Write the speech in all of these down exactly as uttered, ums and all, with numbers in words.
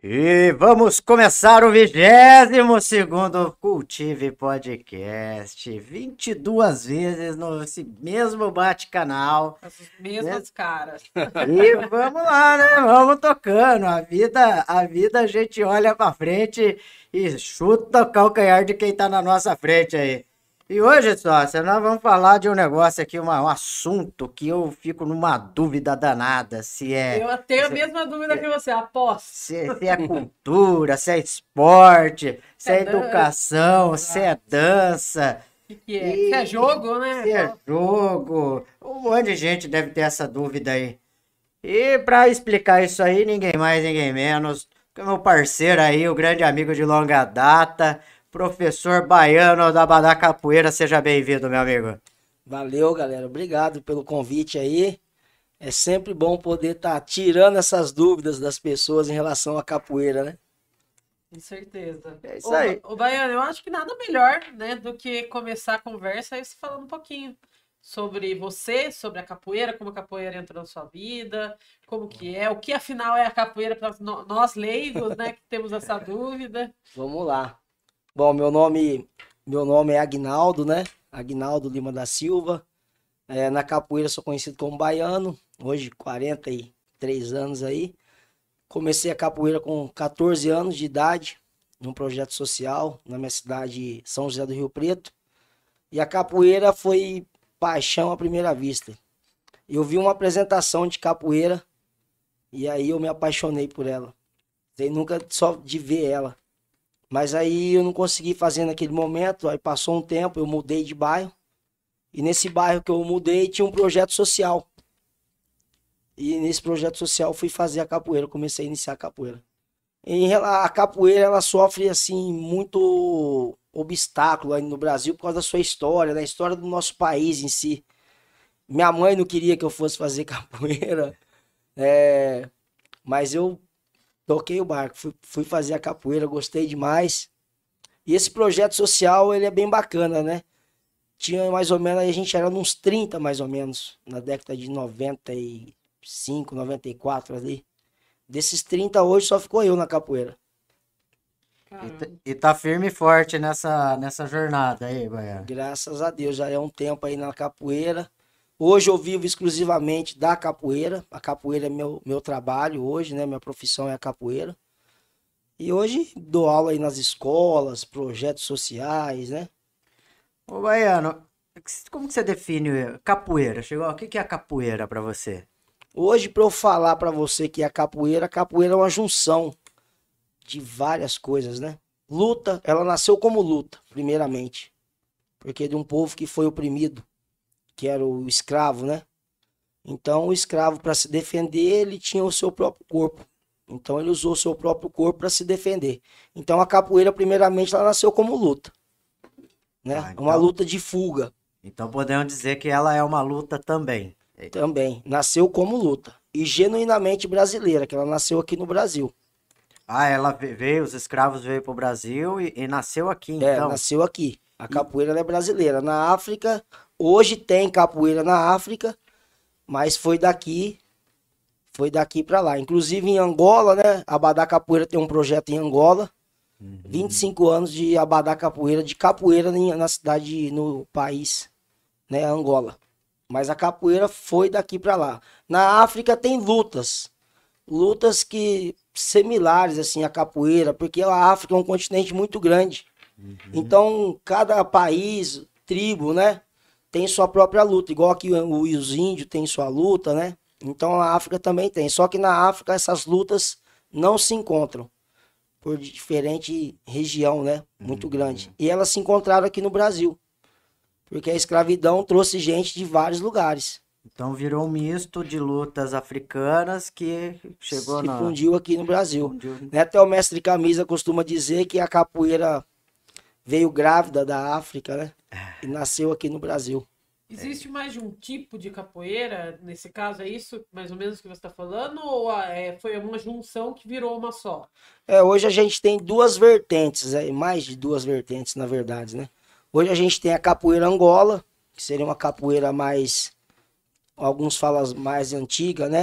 E vamos começar o vigésimo segundo Cultive Podcast. vinte e duas vezes no esse mesmo bate-canal. Essas mesmas né? caras. E vamos lá, né? Vamos tocando. A vida, a vida a gente olha pra frente e chuta o calcanhar de quem tá na nossa frente aí. E hoje, sócia, nós vamos falar de um negócio aqui, uma- um assunto que eu fico numa dúvida danada, se é, Eu tenho a se, mesma dúvida que você, aposto. se, se é cultura, se é esporte, se é É dança. educação, se é dança, O que, que é? e Se é jogo, né? se é jogo. Um monte de gente deve ter essa dúvida aí. E para explicar isso aí, ninguém mais, ninguém menos que o meu parceiro aí, o grande amigo de longa data, professor baiano da Badá Capoeira. Seja bem-vindo, meu amigo. Valeu, galera. Obrigado pelo convite aí. É sempre bom poder estar tirando essas dúvidas das pessoas em relação à capoeira, né? Com certeza. É isso Ô, aí. ô, Baiano, eu acho que nada melhor, né, do que começar a conversa aí se falando um pouquinho sobre você, sobre a capoeira, como a capoeira entrou na sua vida, como que é, o que afinal é a capoeira para nós leigos, né, que temos essa dúvida. Vamos lá. Bom, meu nome, meu nome é Agnaldo, né? Agnaldo Lima da Silva. É, na capoeira sou conhecido como baiano. Hoje, quarenta e três anos aí. Comecei a capoeira com quatorze anos de idade, num projeto social na minha cidade, São José do Rio Preto. E a capoeira foi paixão à primeira vista. Eu vi uma apresentação de capoeira e aí eu me apaixonei por ela. Sem nunca só de ver ela. Mas aí eu não consegui fazer naquele momento, aí passou um tempo, eu mudei de bairro. E nesse bairro que eu mudei tinha um projeto social. E nesse projeto social eu fui fazer a capoeira, eu comecei a iniciar a capoeira. Em rela- a capoeira ela sofre assim muito obstáculo aí no Brasil por causa da sua história, da história do nosso país em si. Minha mãe não queria que eu fosse fazer capoeira, é, mas eu toquei o barco, fui, fui fazer a capoeira, gostei demais. E esse projeto social, ele é bem bacana, né? Tinha mais ou menos, a gente era uns trinta mais ou menos, na década de noventa e cinco, noventa e quatro ali. Desses trinta hoje só ficou eu na capoeira. E, Caramba. t- e tá firme e forte nessa, nessa jornada aí, baiano. Graças a Deus, já é um tempo aí na capoeira. Hoje eu vivo exclusivamente da capoeira. A capoeira é meu, meu trabalho hoje, né? Minha profissão é a capoeira. E hoje dou aula aí nas escolas, projetos sociais, né? Ô, baiano, como que você define capoeira? Chegou, o que que é a capoeira pra você? Hoje, para eu falar para você que é a capoeira, a capoeira é uma junção de várias coisas, né? Luta, ela nasceu como luta, primeiramente. Porque é de um povo que foi oprimido, que era o escravo, né? Então, o escravo, para se defender, ele tinha o seu próprio corpo. Então, ele usou o seu próprio corpo para se defender. Então, a capoeira, primeiramente, ela nasceu como luta, né? Ah, Uma então, luta de fuga então podemos dizer que ela é uma luta também. também. Nasceu como luta. E genuinamente brasileira, que ela nasceu aqui no Brasil. Ah, ela ve- veio, os escravos veio pro Brasil e, e nasceu aqui, É, então. nasceu aqui. A E, capoeira ela é brasileira. Na África, hoje tem capoeira na África, mas foi daqui, foi daqui para lá. Inclusive em Angola, né? A Abadá Capoeira tem um projeto em Angola. vinte e Uhum. cinco anos de Abadá Capoeira, de capoeira em- na cidade, no país, né? Angola. Mas a capoeira foi daqui para lá. Na África tem lutas. Lutas que similares assim à capoeira, porque a África é um continente muito grande. Uhum. Então, cada país, tribo, né, tem sua própria luta, igual aqui o- os índios têm sua luta, né? Então a África também tem. Só que na África essas lutas não se encontram por diferente região, né? Muito grande. Uhum. E elas se encontraram aqui no Brasil, porque a escravidão trouxe gente de vários lugares. Então virou um misto de lutas africanas que chegou Se na. fundiu aqui no Brasil. Fundiu. Né? Até o mestre Camisa costuma dizer que a capoeira veio grávida da África, né? E nasceu aqui no Brasil. Existe mais de um tipo de capoeira? Nesse caso, é isso mais ou menos que você está falando? Ou ah, é, foi uma junção que virou uma só? É, hoje a gente tem duas vertentes, é, mais de duas vertentes, na verdade, né? Hoje a gente tem a capoeira Angola, que seria uma capoeira mais, alguns falam mais antiga, né?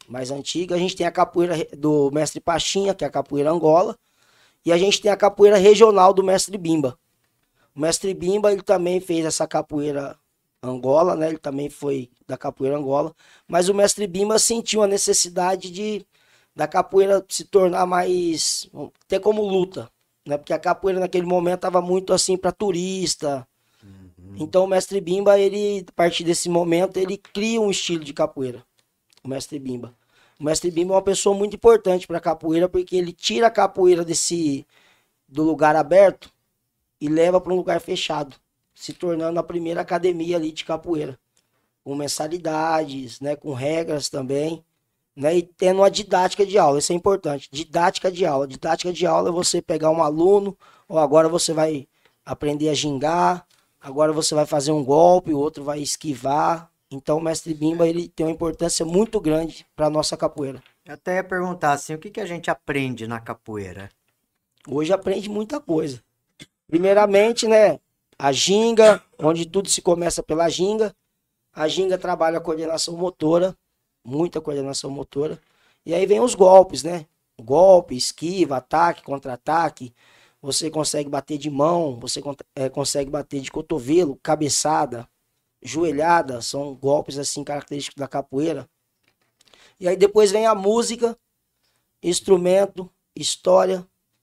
mais antiga. A gente tem a capoeira do mestre Pachinha, que é a capoeira Angola. E a gente tem a capoeira regional do mestre Bimba. O mestre Bimba, ele também fez essa capoeira Angola, né? Ele também foi da capoeira Angola. Mas o mestre Bimba sentiu a necessidade de da capoeira se tornar mais... ter como luta, né? Porque a capoeira naquele momento estava muito assim para turista. Uhum. Então o mestre Bimba, ele, a partir desse momento, ele cria um estilo de capoeira. O mestre Bimba. O mestre Bimba é uma pessoa muito importante para a capoeira, porque ele tira a capoeira desse, do lugar aberto e leva para um lugar fechado, se tornando a primeira academia ali de capoeira. Com mensalidades, né? Com regras também. Né, e tendo uma didática de aula, isso é importante, didática de aula. Didática de aula é você pegar um aluno, ou agora você vai aprender a gingar, agora você vai fazer um golpe, o outro vai esquivar. Então o mestre Bimba, ele tem uma importância muito grande para a nossa capoeira. Eu até ia perguntar assim, o que, que a gente aprende na capoeira? Hoje aprende muita coisa. Primeiramente, né, a ginga, onde tudo se começa pela ginga. A ginga trabalha a coordenação motora, muita coordenação motora. E aí vem os golpes, né? Golpe, esquiva, ataque, contra-ataque. Você consegue bater de mão, você é, consegue bater de cotovelo, cabeçada, joelhada. São golpes assim característicos da capoeira. E aí depois vem a música, instrumento, história,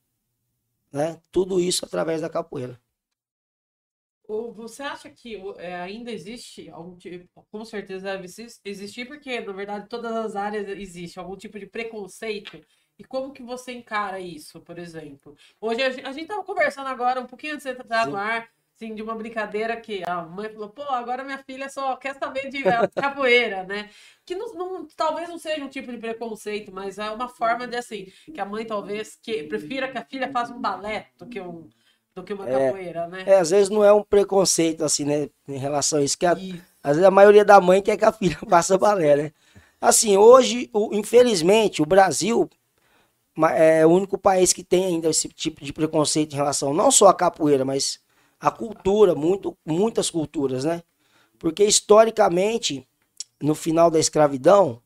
né? Tudo isso através da capoeira. Você acha que é, ainda existe algum tipo, com certeza deve existir, porque na verdade todas as áreas existe algum tipo de preconceito? E como que você encara isso, por exemplo? Hoje a gente estava conversando agora, um pouquinho antes de entrar no ar, assim, de uma brincadeira que a mãe falou, pô, agora minha filha só quer saber de capoeira, né? Que não, não, talvez não seja um tipo de preconceito, mas é uma forma de, assim, que a mãe talvez que, prefira que a filha faça um balé do que um... do que uma capoeira, é, né? É, às vezes não é um preconceito, assim, né, em relação a isso, que a, às vezes a maioria da mãe quer que a filha faça balé, né? Assim, hoje, o, infelizmente, o Brasil é o único país que tem ainda esse tipo de preconceito em relação, não só à capoeira, mas à cultura, muito, muitas culturas, né? Porque, historicamente, no final da escravidão,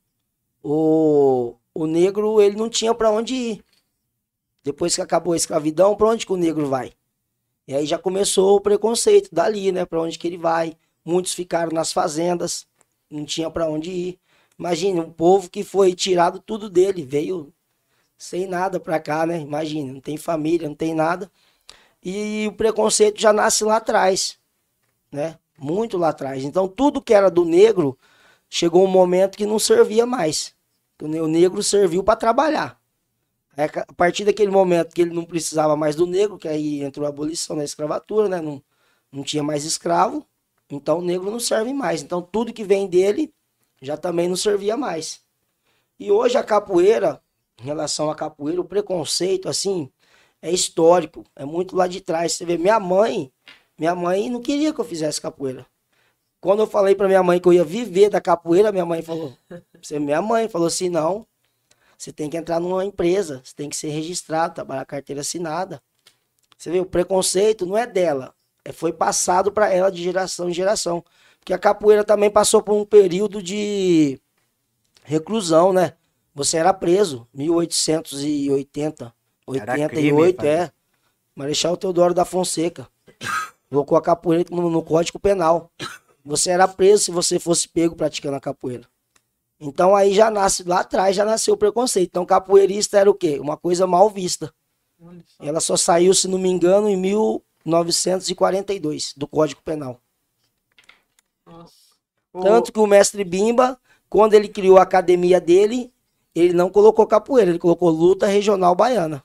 o, o negro, ele não tinha para onde ir. Depois que acabou a escravidão, para onde que o negro vai? E aí já começou o preconceito dali, né? Para onde que ele vai. Muitos ficaram nas fazendas, não tinha para onde ir. Imagine, um povo que foi tirado tudo dele, veio sem nada para cá, né? Imagine, não tem família, não tem nada. E o preconceito já nasce lá atrás, né? Muito lá atrás. Então tudo que era do negro, chegou um momento que não servia mais. O negro serviu para trabalhar. A partir daquele momento que ele não precisava mais do negro, que aí entrou a abolição da escravatura, né? Não, não tinha mais escravo, então o negro não serve mais. Então tudo que vem dele já também não servia mais. E hoje a capoeira, em relação à capoeira, o preconceito, assim, é histórico, é muito lá de trás. Você vê, minha mãe, minha mãe não queria que eu fizesse capoeira. Quando eu falei pra minha mãe que eu ia viver da capoeira, minha mãe falou, você, minha mãe falou assim, não, você tem que entrar numa empresa, você tem que ser registrado, trabalhar carteira assinada. Você vê, o preconceito não é dela, é, foi passado para ela de geração em geração. Porque a capoeira também passou por um período de reclusão, né? Você era preso, mil oitocentos e oitenta, oitenta e oito, é. Marechal Teodoro da Fonseca colocou a capoeira no, no Código Penal. Você era preso se você fosse pego praticando a capoeira. Então aí já nasce, lá atrás já nasceu o preconceito. Então capoeirista era o quê? Uma coisa mal vista. Ela só saiu, se não me engano, em mil novecentos e quarenta e dois, do Código Penal. Nossa. Tanto que o mestre Bimba, quando ele criou a academia dele, ele não colocou capoeira, ele colocou luta regional baiana.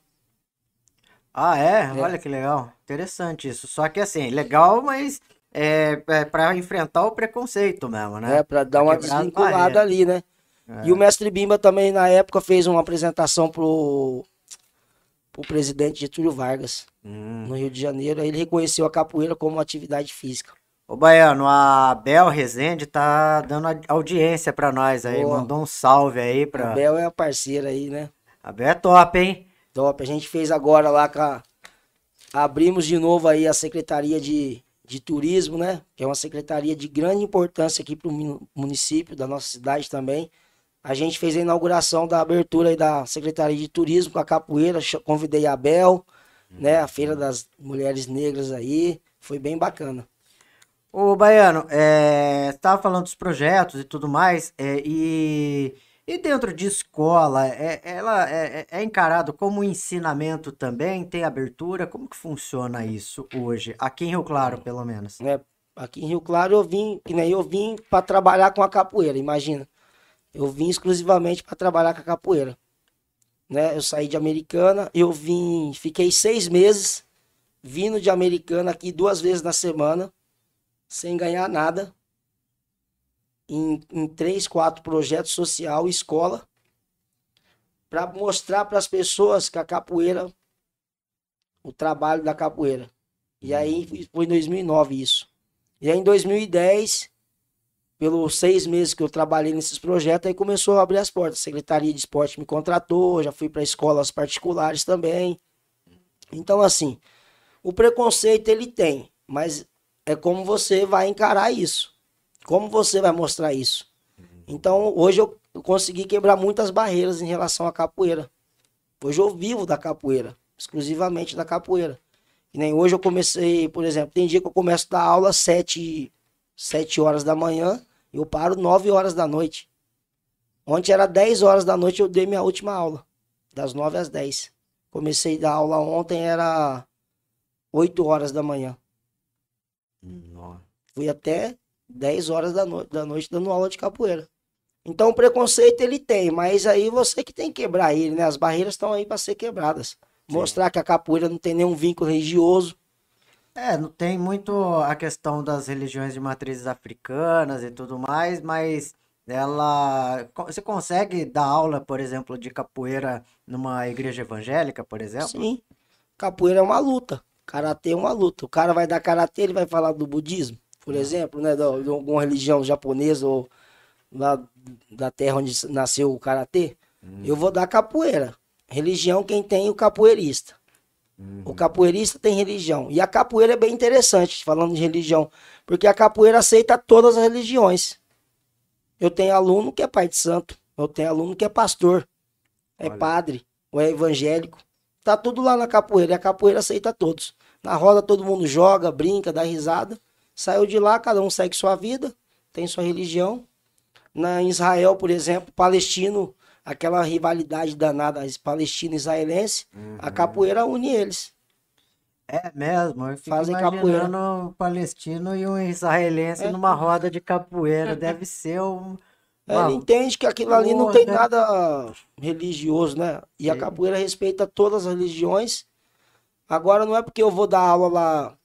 Ah, é? É. Olha que legal. Interessante isso. Só que assim, legal, mas é, é para enfrentar o preconceito mesmo, né? É, pra dar uma quebrar as desvinculada barreiras. ali, né? É. E o mestre Bimba também, na época, fez uma apresentação pro, pro presidente Getúlio Vargas, Hum. no Rio de Janeiro. Aí ele reconheceu a capoeira como uma atividade física. Ô, Baiano, a Bel Rezende tá dando a- audiência pra nós aí. Boa. Mandou um salve aí A pra... Bel é a parceira aí, né? A Bel é top, hein? Top. A gente fez agora lá com a... Abrimos de novo aí a Secretaria de, de Turismo, né? Que é uma secretaria de grande importância aqui pro mu- município, da nossa cidade também. A gente fez a inauguração da abertura aí da Secretaria de Turismo com a capoeira, ch- convidei a Abel, né, a Feira das Mulheres Negras aí, foi bem bacana. Ô, Baiano, é, você estava falando dos projetos e tudo mais, é, e, e dentro de escola, é, ela é, é é encarado como ensinamento também? Tem abertura? Como que funciona isso hoje? Aqui em Rio Claro, pelo menos. Né? Aqui em Rio Claro eu vim, que nem eu vim para trabalhar com a capoeira, imagina. Eu vim exclusivamente para trabalhar com a capoeira, né? Eu saí de Americana, eu vim, fiquei seis meses vindo de Americana aqui duas vezes na semana, sem ganhar nada, em, em três, quatro projetos social, escola, para mostrar para as pessoas que a capoeira, o trabalho da capoeira. E aí foi em dois mil e nove isso. E aí em dois mil e dez, pelos seis meses que eu trabalhei nesses projetos, aí começou a abrir as portas. A Secretaria de Esporte me contratou, já fui para escolas particulares também. Então, assim, o preconceito ele tem, mas é como você vai encarar isso. Como você vai mostrar isso. Então, hoje eu eu consegui quebrar muitas barreiras em relação à capoeira. Hoje eu vivo da capoeira, exclusivamente da capoeira. E nem hoje eu comecei, por exemplo, tem dia que eu começo a dar aula às sete, sete horas da manhã e eu paro nove horas da noite. Ontem era dez horas da noite, eu dei minha última aula, das nove às dez. Comecei a dar aula ontem, era oito horas da manhã. Nossa. Fui até dez horas da, no da noite dando aula de capoeira. Então o preconceito ele tem, mas aí você que tem que quebrar ele, né? As barreiras estão aí para ser quebradas. Mostrar que a capoeira não tem nenhum vínculo religioso. É, não tem muito a questão das religiões de matrizes africanas e tudo mais, mas ela. co- Você consegue dar aula, por exemplo, de capoeira numa igreja evangélica, por exemplo? Sim, capoeira é uma luta. Karatê é uma luta. O cara vai dar karatê, ele vai falar do budismo, por exemplo, né? Da- De alguma religião japonesa ou lá da terra onde nasceu o karatê. Eu vou dar capoeira. Religião quem tem o capoeirista. O capoeirista tem religião. E a capoeira é bem interessante, falando de religião, porque a capoeira aceita todas as religiões. Eu tenho aluno que é pai de santo, eu tenho aluno que é pastor, é Olha. padre, ou é evangélico. Tá tudo lá na capoeira, e a capoeira aceita todos. Na roda todo mundo joga, brinca, dá risada. Saiu de lá, cada um segue sua vida, tem sua religião. Na em Israel, por exemplo, palestino, aquela rivalidade danada palestino-israelense, a capoeira une eles. É mesmo, eu fico Fazem imaginando capoeira. um palestino e um israelense É. numa roda de capoeira. Deve ser um- É, ele uma. entende que aquilo ali não tem Porra. nada religioso, né? E a Sim. capoeira respeita todas as religiões. Agora não é porque eu vou dar aula lá,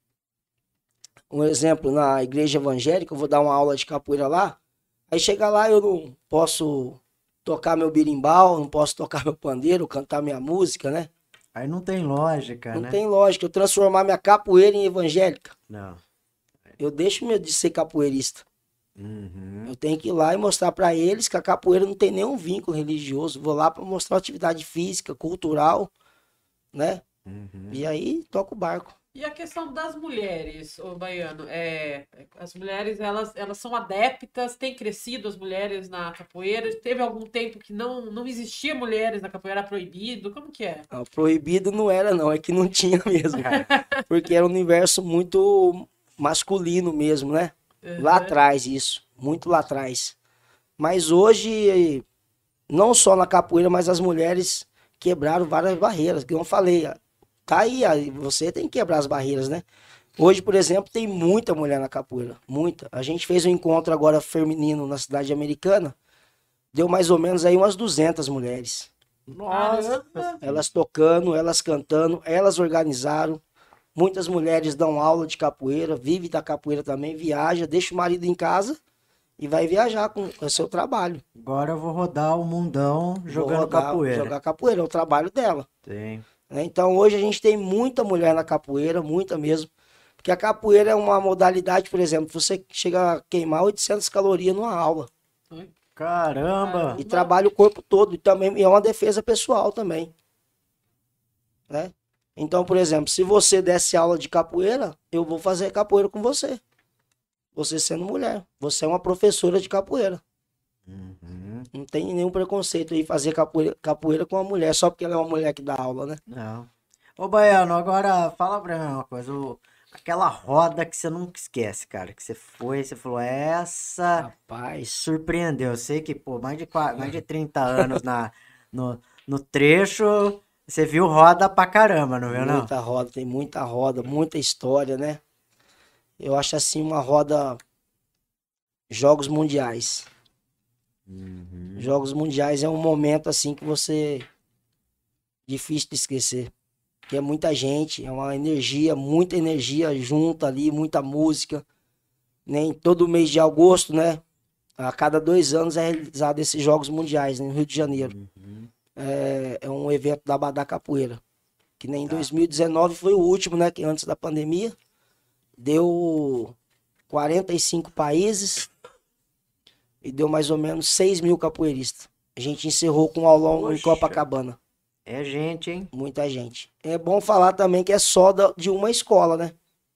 um exemplo, na igreja evangélica, eu vou dar uma aula de capoeira lá, aí chega lá eu não posso tocar meu berimbau, não posso tocar meu pandeiro, cantar minha música, né? Aí não tem lógica, Não né? tem lógica eu transformar minha capoeira em evangélica. Não. Eu deixo meu de ser capoeirista. Uhum. Eu tenho que ir lá e mostrar para eles que a capoeira não tem nenhum vínculo religioso. Vou lá para mostrar uma atividade física, cultural, né? Uhum. E aí toca o barco. E a questão das mulheres, ô Baiano, é, as mulheres elas, elas são adeptas, têm crescido as mulheres na capoeira, teve algum tempo que não, não existia mulheres na capoeira, era proibido, como que é? Não, proibido não era não, é que não tinha mesmo. Porque era um universo muito masculino mesmo, né? Lá Uhum. atrás isso, muito lá atrás. Mas hoje, não só na capoeira, mas as mulheres quebraram várias barreiras, que eu falei, tá aí, aí você tem que quebrar as barreiras, né? Hoje, por exemplo, tem muita mulher na capoeira, muita. A gente fez um encontro agora feminino na cidade americana, deu mais ou menos aí umas duzentas mulheres. Nossa. Caramba! Elas tocando, elas cantando, elas organizaram. Muitas mulheres dão aula de capoeira, vive da capoeira também, viaja, deixa o marido em casa e vai viajar com o seu trabalho. Agora eu vou rodar o mundão Vou jogando rodar, capoeira. Jogar capoeira, é o trabalho dela. Tem. Né? Então hoje a gente tem muita mulher na capoeira, muita mesmo. Porque a capoeira é uma modalidade, por exemplo, você chega a queimar oitocentas calorias numa aula. Caramba! E trabalha o corpo todo. E também e é uma defesa pessoal também. Né? Então, por exemplo, se você desse aula de capoeira, eu vou fazer capoeira com você. Você sendo mulher. Você é uma professora de capoeira. Uhum. Não tem nenhum preconceito aí fazer capoeira, capoeira com uma mulher, só porque ela é uma mulher que dá aula, né? Não. Ô, Baiano, agora fala pra mim uma coisa. o- aquela roda que você nunca esquece, cara. Que você foi, você falou, essa Rapaz, surpreendeu. Eu sei que, pô, mais de, qua- mais de trinta anos na, no, no trecho, você viu roda pra caramba, não viu, não? muita roda, tem muita roda, muita história, né? Eu acho assim uma roda Jogos Mundiais. Uhum. Jogos Mundiais é um momento assim que você difícil de esquecer. Que é muita gente, é uma energia, muita energia junta ali, muita música. Nem todo mês de agosto, né? A cada dois anos é realizado esses Jogos Mundiais, né, no Rio de Janeiro. Uhum. É, é um evento da Abadá Capoeira. Que nem em Tá. dois mil e dezenove foi o último, né? Que antes da pandemia. Deu quarenta e cinco países e deu mais ou menos seis mil capoeiristas. A gente encerrou com um aulão em Poxa. Copacabana. É gente, hein? Muita gente. É bom falar também que é só da- de uma escola, né?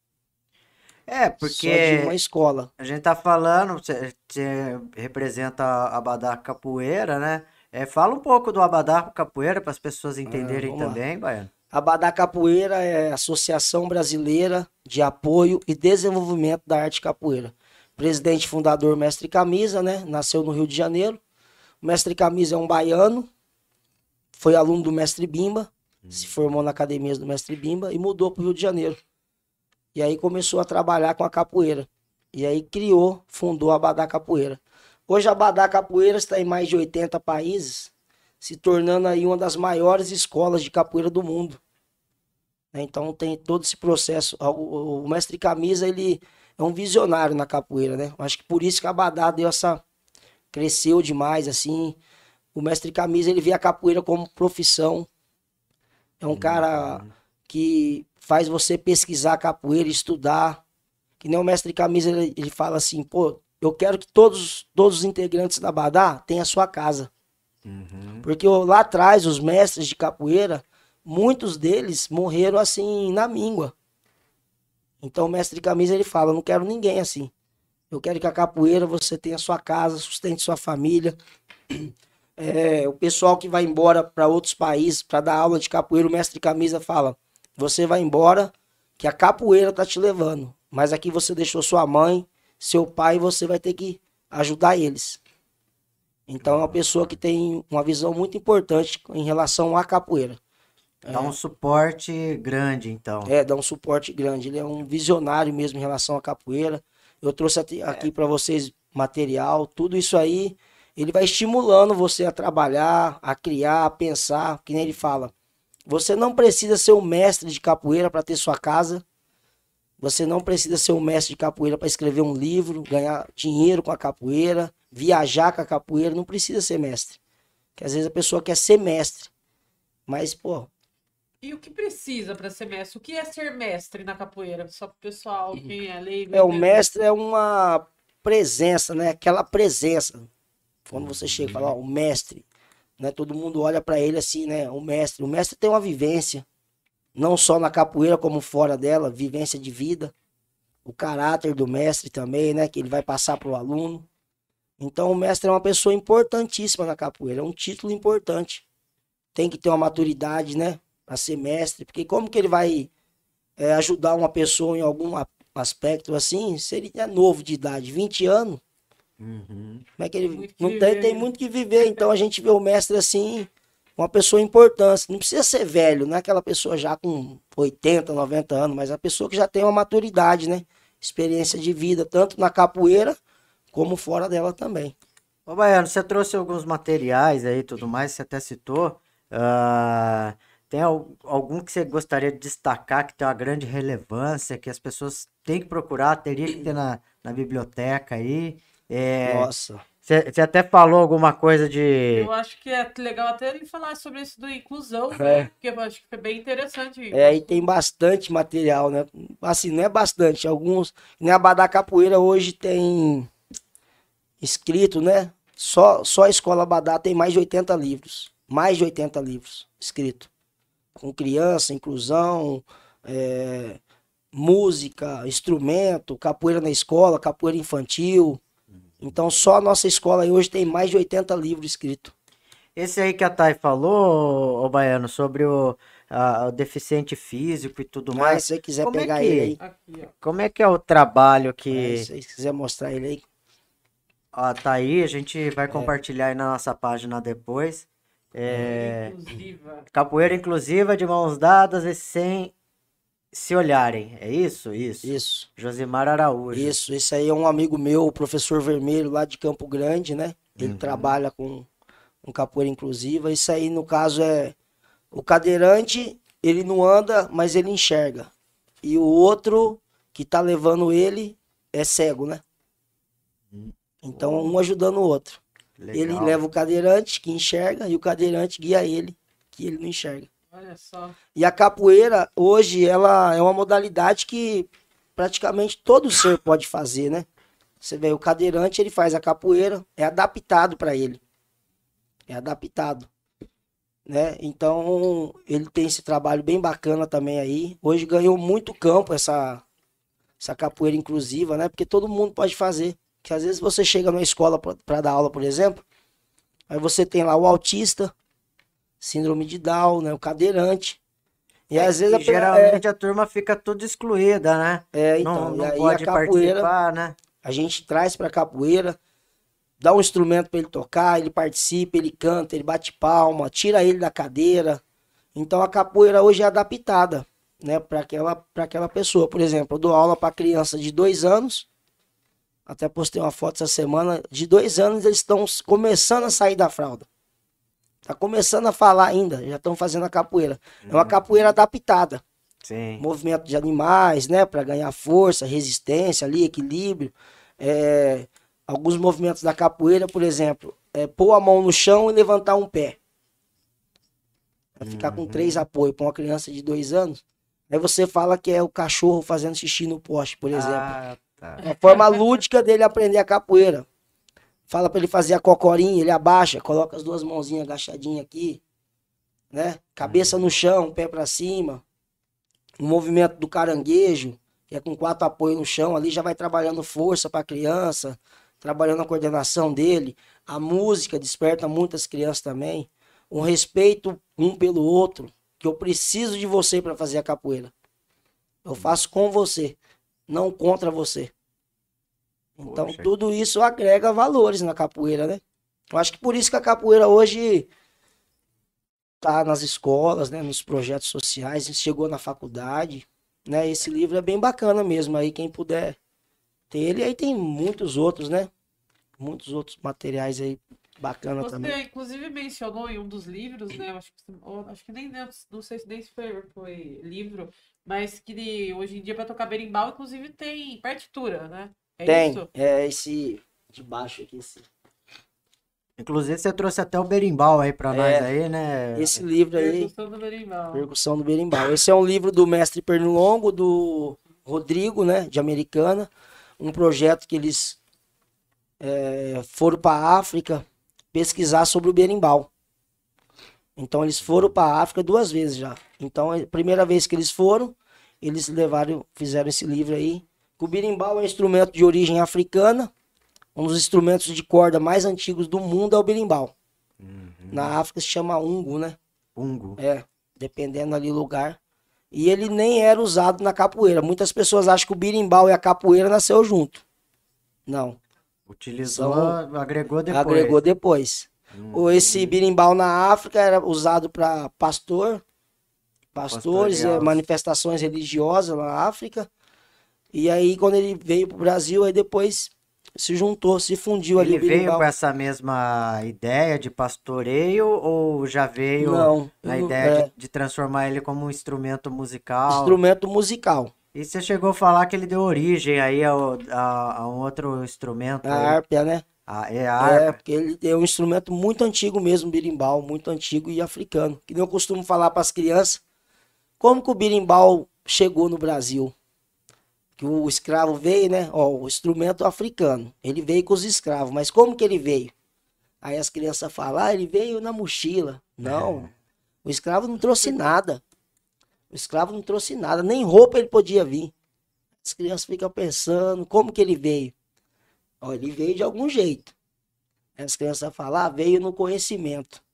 É, Só de porque uma escola. a gente tá falando, você você representa a Abadá Capoeira, né? É, fala um pouco do Abadá Capoeira para as pessoas entenderem vamos lá. também, Baiano. A Abadá Capoeira é a Associação Brasileira de Apoio e Desenvolvimento da Arte Capoeira. Presidente e fundador Mestre Camisa, né? Nasceu no Rio de Janeiro. O Mestre Camisa é um baiano, foi aluno do Mestre Bimba, se formou na academia do Mestre Bimba e mudou para o Rio de Janeiro. E aí começou a trabalhar com a capoeira. E aí criou, fundou a Abadá Capoeira. Hoje a Abadá Capoeira está em mais de oitenta países, se tornando aí uma das maiores escolas de capoeira do mundo. Né? Então tem todo esse processo. O, o- o Mestre Camisa, ele é um visionário na capoeira, né? Eu acho que por isso que a Abadá deu essa... cresceu demais, assim. O Mestre Camisa, ele vê a capoeira como profissão. É um cara que faz você pesquisar capoeira, estudar. Que nem o Mestre Camisa, ele, ele fala assim, pô, eu quero que todos, todos os integrantes da Abadá tenham a sua casa. Uhum. Porque ó, lá atrás, os mestres de capoeira, muitos deles morreram assim, na míngua. Então o Mestre Camisa, ele fala, eu não quero ninguém assim. Eu quero que a capoeira você tenha a sua casa, sustente sua família. É, o pessoal que vai embora para outros países para dar aula de capoeira, o Mestre Camisa fala, você vai embora que a capoeira tá te levando. Mas aqui você deixou sua mãe, seu pai, você vai ter que ajudar eles. Então é uma pessoa que tem uma visão muito importante em relação à capoeira. Dá um suporte grande, então. É, dá um suporte grande. Ele é um visionário mesmo em relação à capoeira. Eu trouxe ati- aqui para vocês material, tudo isso aí. Ele vai estimulando você a trabalhar, a criar, a pensar. Que nem ele fala. Você não precisa ser um mestre de capoeira para ter sua casa. Você não precisa ser um mestre de capoeira para escrever um livro, ganhar dinheiro com a capoeira, viajar com a capoeira. Não precisa ser mestre. Porque às vezes a pessoa quer ser mestre. Mas, pô, E o que precisa para ser mestre? O que é ser mestre na capoeira? Só para o pessoal, quem é leigo. é o entender. mestre é uma presença, né? Aquela presença. Quando você chega e fala, ó, o mestre, né? Todo mundo olha para ele assim, né? O mestre. O mestre tem uma vivência. Não só na capoeira, como fora dela, vivência de vida. O caráter do mestre também, né? Que ele vai passar pro aluno. Então o mestre é uma pessoa importantíssima na capoeira. É um título importante. Tem que ter uma maturidade, né? Para ser mestre. Porque como que ele vai é, ajudar uma pessoa em algum a- aspecto assim? Se ele é novo de idade, vinte anos, Uhum. como é que ele Muito que não tem, viver. tem muito que viver. Então a gente vê o mestre assim, uma pessoa importante. Não precisa ser velho, não é aquela pessoa já com oitenta, noventa anos, mas a pessoa que já tem uma maturidade, né? Experiência de vida, tanto na capoeira como fora dela também. Ô, Baiano, você trouxe alguns materiais aí e tudo mais, você até citou. Ah, tem al- algum que você gostaria de destacar, que tem uma grande relevância, que as pessoas têm que procurar, teria que ter na, na biblioteca aí? É, Nossa. você você até falou alguma coisa de. Eu acho que é legal até ele falar sobre isso da inclusão, É. né? Porque eu acho que foi bem interessante. É, e tem bastante material, né? Assim, não é bastante. Alguns. Nem a Abadá Capoeira hoje tem escrito, né? Só, só a Escola Abadá tem mais de oitenta livros. Mais de oitenta livros escritos. Com criança, inclusão, é, música, instrumento, capoeira na escola, capoeira infantil. Então só a nossa escola aí hoje tem mais de oitenta livros escritos. Esse aí que a Thay falou, ô Baiano, sobre o, a- o deficiente físico e tudo Mas mais. se você quiser Como é pegar que- ele aí, Aqui, ó. Como é que é o trabalho é, que se você quiser mostrar ele aí. ó, tá aí? A gente É. vai compartilhar aí na nossa página depois. É, Inclusiva. capoeira inclusiva de mãos dadas e sem se olharem. É isso? Isso. Isso. Josimar Araújo. Isso, esse aí é um amigo meu, o professor Vermelho, lá de Campo Grande, né? Ele Uhum. trabalha com, com capoeira inclusiva. Isso aí, no caso, é o cadeirante, ele não anda, mas ele enxerga. E o outro que tá levando ele é cego, né? Então, um ajudando o outro. Ele Legal. leva o cadeirante, que enxerga, e o cadeirante guia ele, que ele não enxerga. Olha só. E a capoeira, hoje, ela é uma modalidade que praticamente todo ser pode fazer, né? Você vê, o cadeirante, ele faz a capoeira, é adaptado para ele. É adaptado, né? Então, ele tem esse trabalho bem bacana também aí. Hoje ganhou muito campo essa, essa capoeira inclusiva, né? Porque todo mundo pode fazer. Porque às vezes você chega numa escola para dar aula, por exemplo, aí você tem lá o autista, síndrome de Down, né? O cadeirante. E às vezes E a pe- geralmente a turma fica tudo excluída, né? é, então, não e não aí pode a capoeira, participar, né? a gente traz pra capoeira, dá um instrumento para ele tocar, ele participa, ele canta, ele bate palma, tira ele da cadeira. Então a capoeira hoje é adaptada, né, para aquela, para aquela pessoa. Por exemplo, eu dou aula para criança de dois anos, até postei uma foto essa semana, de dois anos eles estão começando a sair da fralda. Tá começando a falar ainda, já estão fazendo a capoeira. É uma capoeira adaptada. Sim. Movimento de animais, né, para ganhar força, resistência ali, equilíbrio. É, alguns movimentos da capoeira, por exemplo, é pôr a mão no chão e levantar um pé. Vai ficar com três apoios para uma criança de dois anos. Aí você fala que é o cachorro fazendo xixi no poste, por exemplo. Ah, tá. É a forma lúdica dele aprender a capoeira. Fala para ele fazer a cocorinha, ele abaixa, coloca as duas mãozinhas agachadinhas aqui, né? Cabeça no chão, pé para cima. O movimento do caranguejo, que é com quatro apoios no chão, ali já vai trabalhando força para a criança, trabalhando a coordenação dele. A música desperta muitas crianças também. Um respeito um pelo outro, que eu preciso de você para fazer a capoeira. Eu faço com você, não contra você. Então Poxa. tudo isso agrega valores na capoeira, né? Eu acho que por isso que a capoeira hoje tá nas escolas, né, nos projetos sociais, chegou na faculdade, né? Esse livro é bem bacana mesmo, aí quem puder ter ele, aí tem muitos outros, né? Muitos outros materiais aí bacana Você, também. inclusive, mencionou em um dos livros, né? eu Acho que, ou- acho que nem lembro, não sei se nem se foi, foi livro, mas que hoje em dia, para tocar berimbau, inclusive, tem partitura, né? É Tem, isso? é esse de baixo aqui, esse, Inclusive, você trouxe até o berimbau aí pra É, nós aí, né? esse livro aí, Percussão do berimbau. Percussão do Berimbau. Esse é um livro do mestre Pernilongo, do Rodrigo, né, de Americana, um projeto que eles é, foram para a África pesquisar sobre o berimbau. Então eles foram para a África duas vezes já. Então a primeira vez que eles foram, eles levaram, fizeram esse livro aí. O berimbau é um instrumento de origem africana, um dos instrumentos de corda mais antigos do mundo é o berimbau. Na África se chama ungo, né? Ungo. É, dependendo ali do lugar. E ele nem era usado na capoeira. Muitas pessoas acham que o berimbau e a capoeira nasceu junto. Não, Utilizou, São- agregou depois. agregou depois. Ou esse berimbau na África era usado para pastor, pastores, Pastorear é, os- manifestações religiosas na África. E aí quando ele veio pro Brasil, aí depois se juntou, se fundiu ali Ele o veio berimbau. com essa mesma ideia de pastoreio ou já veio Não, na não, ideia é. de, de transformar ele como um instrumento musical? Instrumento musical. E você chegou a falar que ele deu origem aí ao- a, a um outro instrumento A aí. harpa, né? A- é a É, harpa. porque ele é um instrumento muito antigo mesmo, berimbau, muito antigo e africano. Que nem eu costumo falar para as crianças, como que o berimbau chegou no Brasil? Que o escravo veio, né? Ó, o instrumento africano. Ele veio com os escravos, mas como que ele veio? Aí as crianças falam, ah, ele veio na mochila. Não, o escravo não trouxe nada. O escravo não trouxe nada, nem roupa ele podia vir. As crianças ficam pensando, como que ele veio? Ó, ele veio de algum jeito. As crianças falam, ah, veio no conhecimento.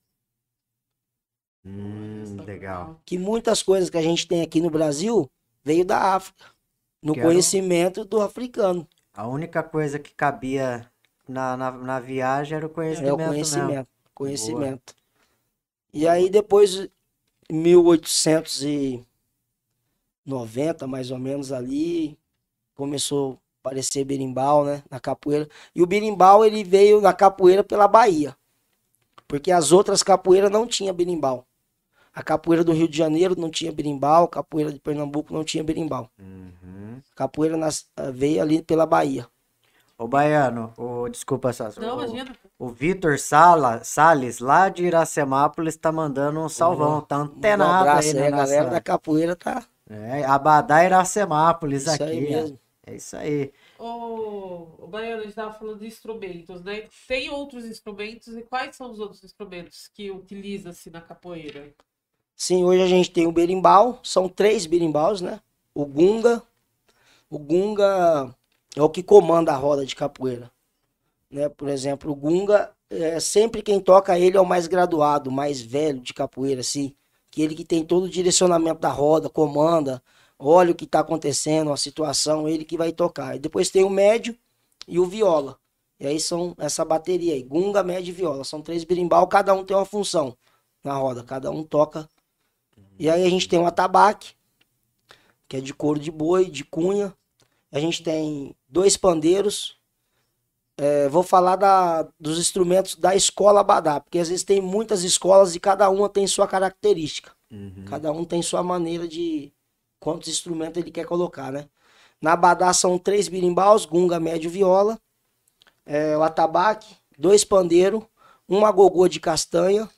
Hum, legal. Que muitas coisas que a gente tem aqui no Brasil veio da África. No Quero- conhecimento do africano. A única coisa que cabia na, na, na viagem era o É conhecimento, o conhecimento. mesmo. Conhecimento. E aí depois, em mil oitocentos e noventa, mais ou menos ali, começou a aparecer berimbau, né, na capoeira. E o berimbau, ele veio na capoeira pela Bahia. Porque as outras capoeiras não tinha berimbau. A capoeira do Rio de Janeiro não tinha berimbau, a capoeira de Pernambuco não tinha berimbau. Uhum. A capoeira nas- veio ali pela Bahia. Ô, Baiano, o, desculpa, Sassi. Não, o, imagina. o Vitor Sala, Salles, lá de Iracemápolis, tá mandando um salvão. Tá Um antenado abraço aí aí, na a galera da nossa... capoeira tá. É, Abadá Iracemápolis Isso aí aqui, ó. mesmo. É isso aí. Ô, o Baiano, a gente estava falando de instrumentos, né? Tem outros instrumentos e quais são os outros instrumentos que utiliza-se na capoeira? Sim, hoje a gente tem o berimbau, são três berimbaus, né? O gunga, o gunga é o que comanda a roda de capoeira, né? Por exemplo, o gunga, é, sempre quem toca ele é o mais graduado, o mais velho de capoeira, assim, que ele que tem todo o direcionamento da roda, comanda, olha o que tá acontecendo, a situação, ele que vai tocar. E depois tem o médio e o viola. E aí são essa bateria aí, gunga, médio e viola, são três berimbau, cada um tem uma função na roda, cada um toca. E aí a gente tem um atabaque, que é de couro de boi, de cunha. A gente tem dois pandeiros. É, vou falar da, dos instrumentos da escola Abadá, porque às vezes tem muitas escolas e cada uma tem sua característica. Uhum. Cada um tem sua maneira de quantos instrumentos ele quer colocar, né? Na Abadá são três birimbaus, gunga, médio, viola. É, o atabaque, dois pandeiros, uma gogô de castanha.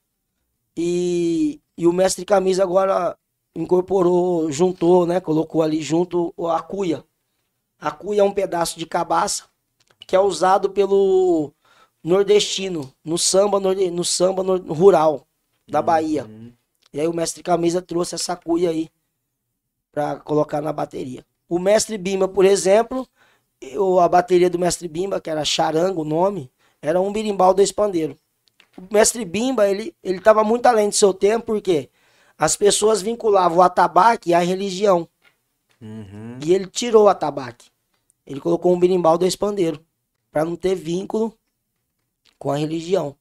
E, e o mestre camisa agora incorporou, juntou, né? Colocou ali junto a cuia. A cuia é um pedaço de cabaça que é usado pelo nordestino, no samba, norde- no samba nor- rural da Bahia. Uhum. E aí o mestre camisa trouxe essa cuia aí para colocar na bateria. O mestre Bimba, por exemplo, eu- a bateria do mestre Bimba, que era charango o nome, era um birimbau dois pandeiros. O mestre Bimba, ele ele estava muito além do seu tempo, porque as pessoas vinculavam o atabaque à religião. Uhum. E ele tirou o atabaque. Ele colocou um birimbau dois pandeiros, para não ter vínculo com a religião,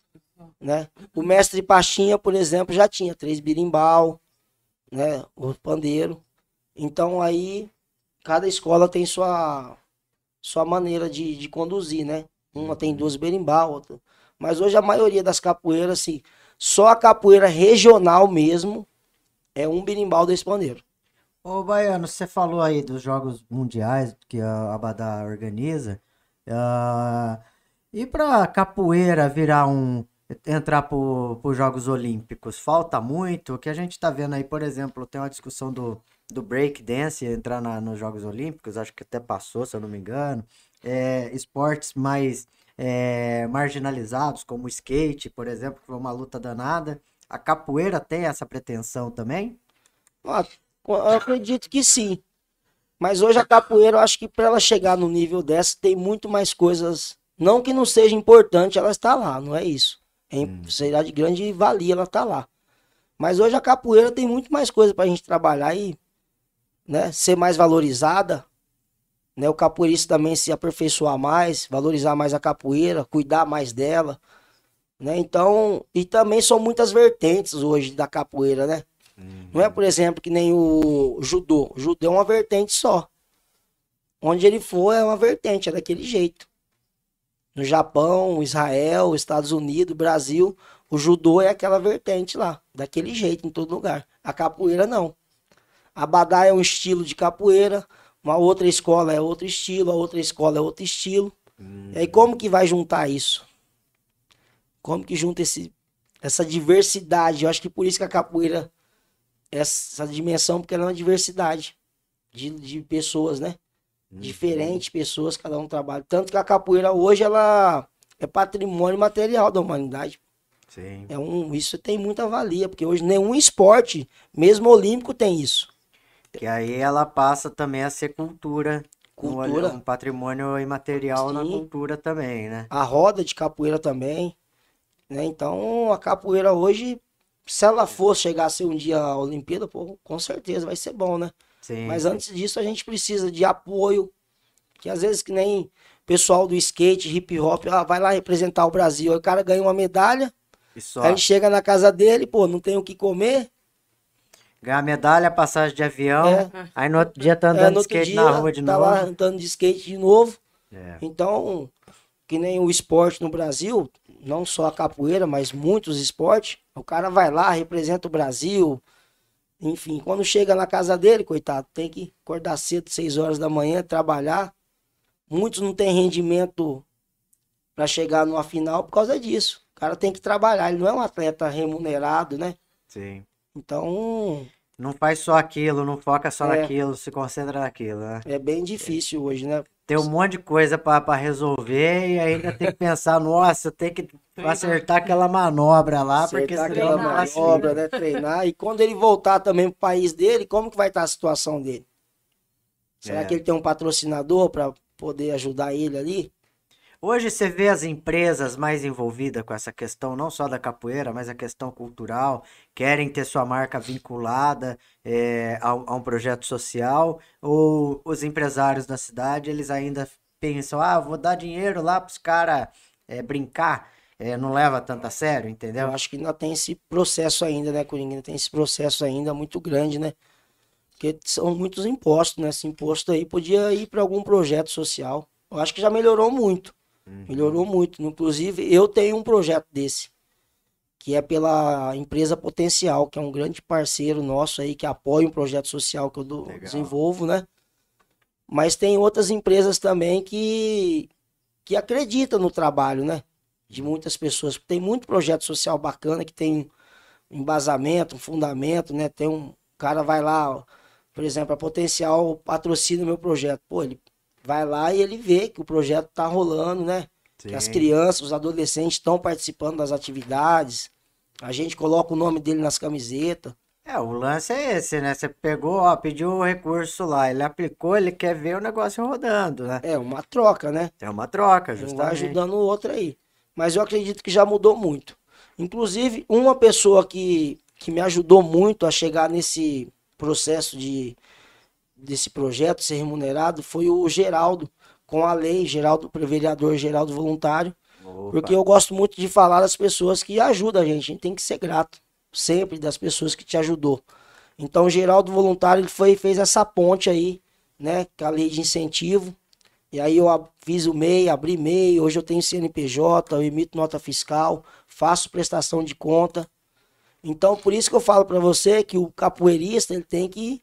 né? O mestre Pachinha, por exemplo, já tinha três birimbau, né? O pandeiro. Então aí cada escola tem sua sua maneira de, de conduzir, né? Uma tem duas berimbau, outra. Mas hoje a maioria das capoeiras, assim, só a capoeira regional mesmo é um berimbau dois pandeiros. Ô, Baiano, você falou aí dos Jogos Mundiais que a Abadá organiza. ah, e para capoeira virar um. Entrar para os Jogos Olímpicos, falta muito? O que a gente está vendo aí, por exemplo, tem uma discussão do, do break dance entrar na- nos Jogos Olímpicos, acho que até passou, se eu não me engano. É, esportes mais é, marginalizados, como o skate, por exemplo, que foi uma luta danada. A capoeira tem essa pretensão também? Ah, eu acredito que sim. Mas hoje a capoeira, eu acho que para ela chegar no nível dessa, tem muito mais coisas. Não que não seja importante ela estar lá, não é isso. É, Hum. será de grande valia ela estar lá. Mas hoje a capoeira tem muito mais coisa para a gente trabalhar e, né, ser mais valorizada. Né, o capoeirista também se aperfeiçoar mais, valorizar mais a capoeira, cuidar mais dela. Né? Então, e também são muitas vertentes hoje da capoeira, né? Não é, por exemplo, que nem o judô. O judô é uma vertente só. Onde ele for é uma vertente, é daquele jeito. No Japão, Israel, Estados Unidos, Brasil, o judô é aquela vertente lá, daquele jeito em todo lugar. A capoeira não. A Abadá é um estilo de capoeira, uma outra escola é outro estilo, a outra escola é outro estilo. E aí como que vai juntar isso? Como que junta esse, essa diversidade? Eu acho que por isso que a capoeira essa dimensão, porque ela é uma diversidade de, de pessoas, né? Diferentes pessoas, cada um trabalha. Tanto que a capoeira hoje, ela é patrimônio material da humanidade. Sim. É um, isso tem muita valia, porque hoje nenhum esporte, mesmo olímpico, tem isso. Que aí ela passa também a ser cultura cultura. Um patrimônio imaterial na Sim. cultura também, né? A roda de capoeira também, né? Então, a capoeira hoje, se ela for chegar a ser um dia a Olimpíada, pô, com certeza vai ser bom, né? Sim. Mas sim. antes disso, a gente precisa de apoio, que às vezes que nem pessoal do skate, hip hop, ah, vai lá representar o Brasil, aí o cara ganha uma medalha, E só. aí ele chega na casa dele, pô, não tem o que comer, Ganhar medalha, passagem de avião, É. aí no outro dia tá é, andando no de outro skate dia na rua de tá novo. lá andando de skate de novo. É. Então, que nem o esporte no Brasil, não só a capoeira, mas muitos esportes, o cara vai lá, representa o Brasil, enfim, quando chega na casa dele, coitado, tem que acordar cedo, seis horas da manhã, trabalhar. Muitos não têm rendimento para chegar numa final por causa disso. O cara tem que trabalhar, ele não é um atleta remunerado, né? Sim. Então, Não faz só aquilo, não foca só É. naquilo, se concentra naquilo, né? é bem difícil hoje, né? Tem um monte de coisa pra pra resolver e ainda tem que pensar, nossa, eu tenho que Treinar. acertar aquela manobra lá, porque Acertar senão aquela não treinar, vai manobra, né? Treinar. E quando ele voltar também pro país dele, como que vai estar a situação dele? Será É. que ele tem um patrocinador para poder ajudar ele ali? Hoje você vê as empresas mais envolvidas com essa questão, não só da capoeira, mas a questão cultural, querem ter sua marca vinculada é, a, um a um projeto social, ou os empresários da cidade, eles ainda pensam, ah, vou dar dinheiro lá para os caras brincar, é, não leva tanto a sério, entendeu? Eu acho que ainda tem esse processo ainda, né, Coringa? Ainda tem esse processo ainda muito grande, né? Porque são muitos impostos, né? Esse imposto aí podia ir para algum projeto social. Eu acho que já melhorou muito. Melhorou muito. Inclusive, eu tenho um projeto desse, que é pela empresa Potencial, que é um grande parceiro nosso aí, que apoia um projeto social que eu do- Legal. desenvolvo, né? Mas tem outras empresas também que, que acreditam no trabalho, né? De muitas pessoas. Tem muito projeto social bacana que tem um embasamento, um fundamento, né? Tem um cara vai lá, ó, por exemplo, a Potencial patrocina o meu projeto. Pô, ele vai lá e ele vê que o projeto tá rolando, né? Que as Sim. crianças, os adolescentes estão participando das atividades. A gente coloca o nome dele nas camisetas. É, o lance é esse, né? Você pegou, ó, pediu o recurso lá, ele aplicou, ele quer ver o negócio rodando, né? É uma troca, né? É uma troca, Um vai justamente. ajudando o outro aí. Mas eu acredito que já mudou muito. Inclusive, uma pessoa que, que me ajudou muito a chegar nesse processo de, desse projeto ser remunerado foi o Geraldo, com a lei, Geraldo, vereador Geraldo Voluntário. Opa. Porque eu gosto muito de falar das pessoas que ajudam a gente. A gente tem que ser grato sempre das pessoas que te ajudou. Então, o Geraldo Voluntário ele foi, fez essa ponte aí, né? Com a lei de incentivo. E aí eu ab- fiz o M E I, abri M E I, hoje eu tenho C N P J, eu emito nota fiscal, faço prestação de conta. Então, por isso que eu falo para você que o capoeirista ele tem que,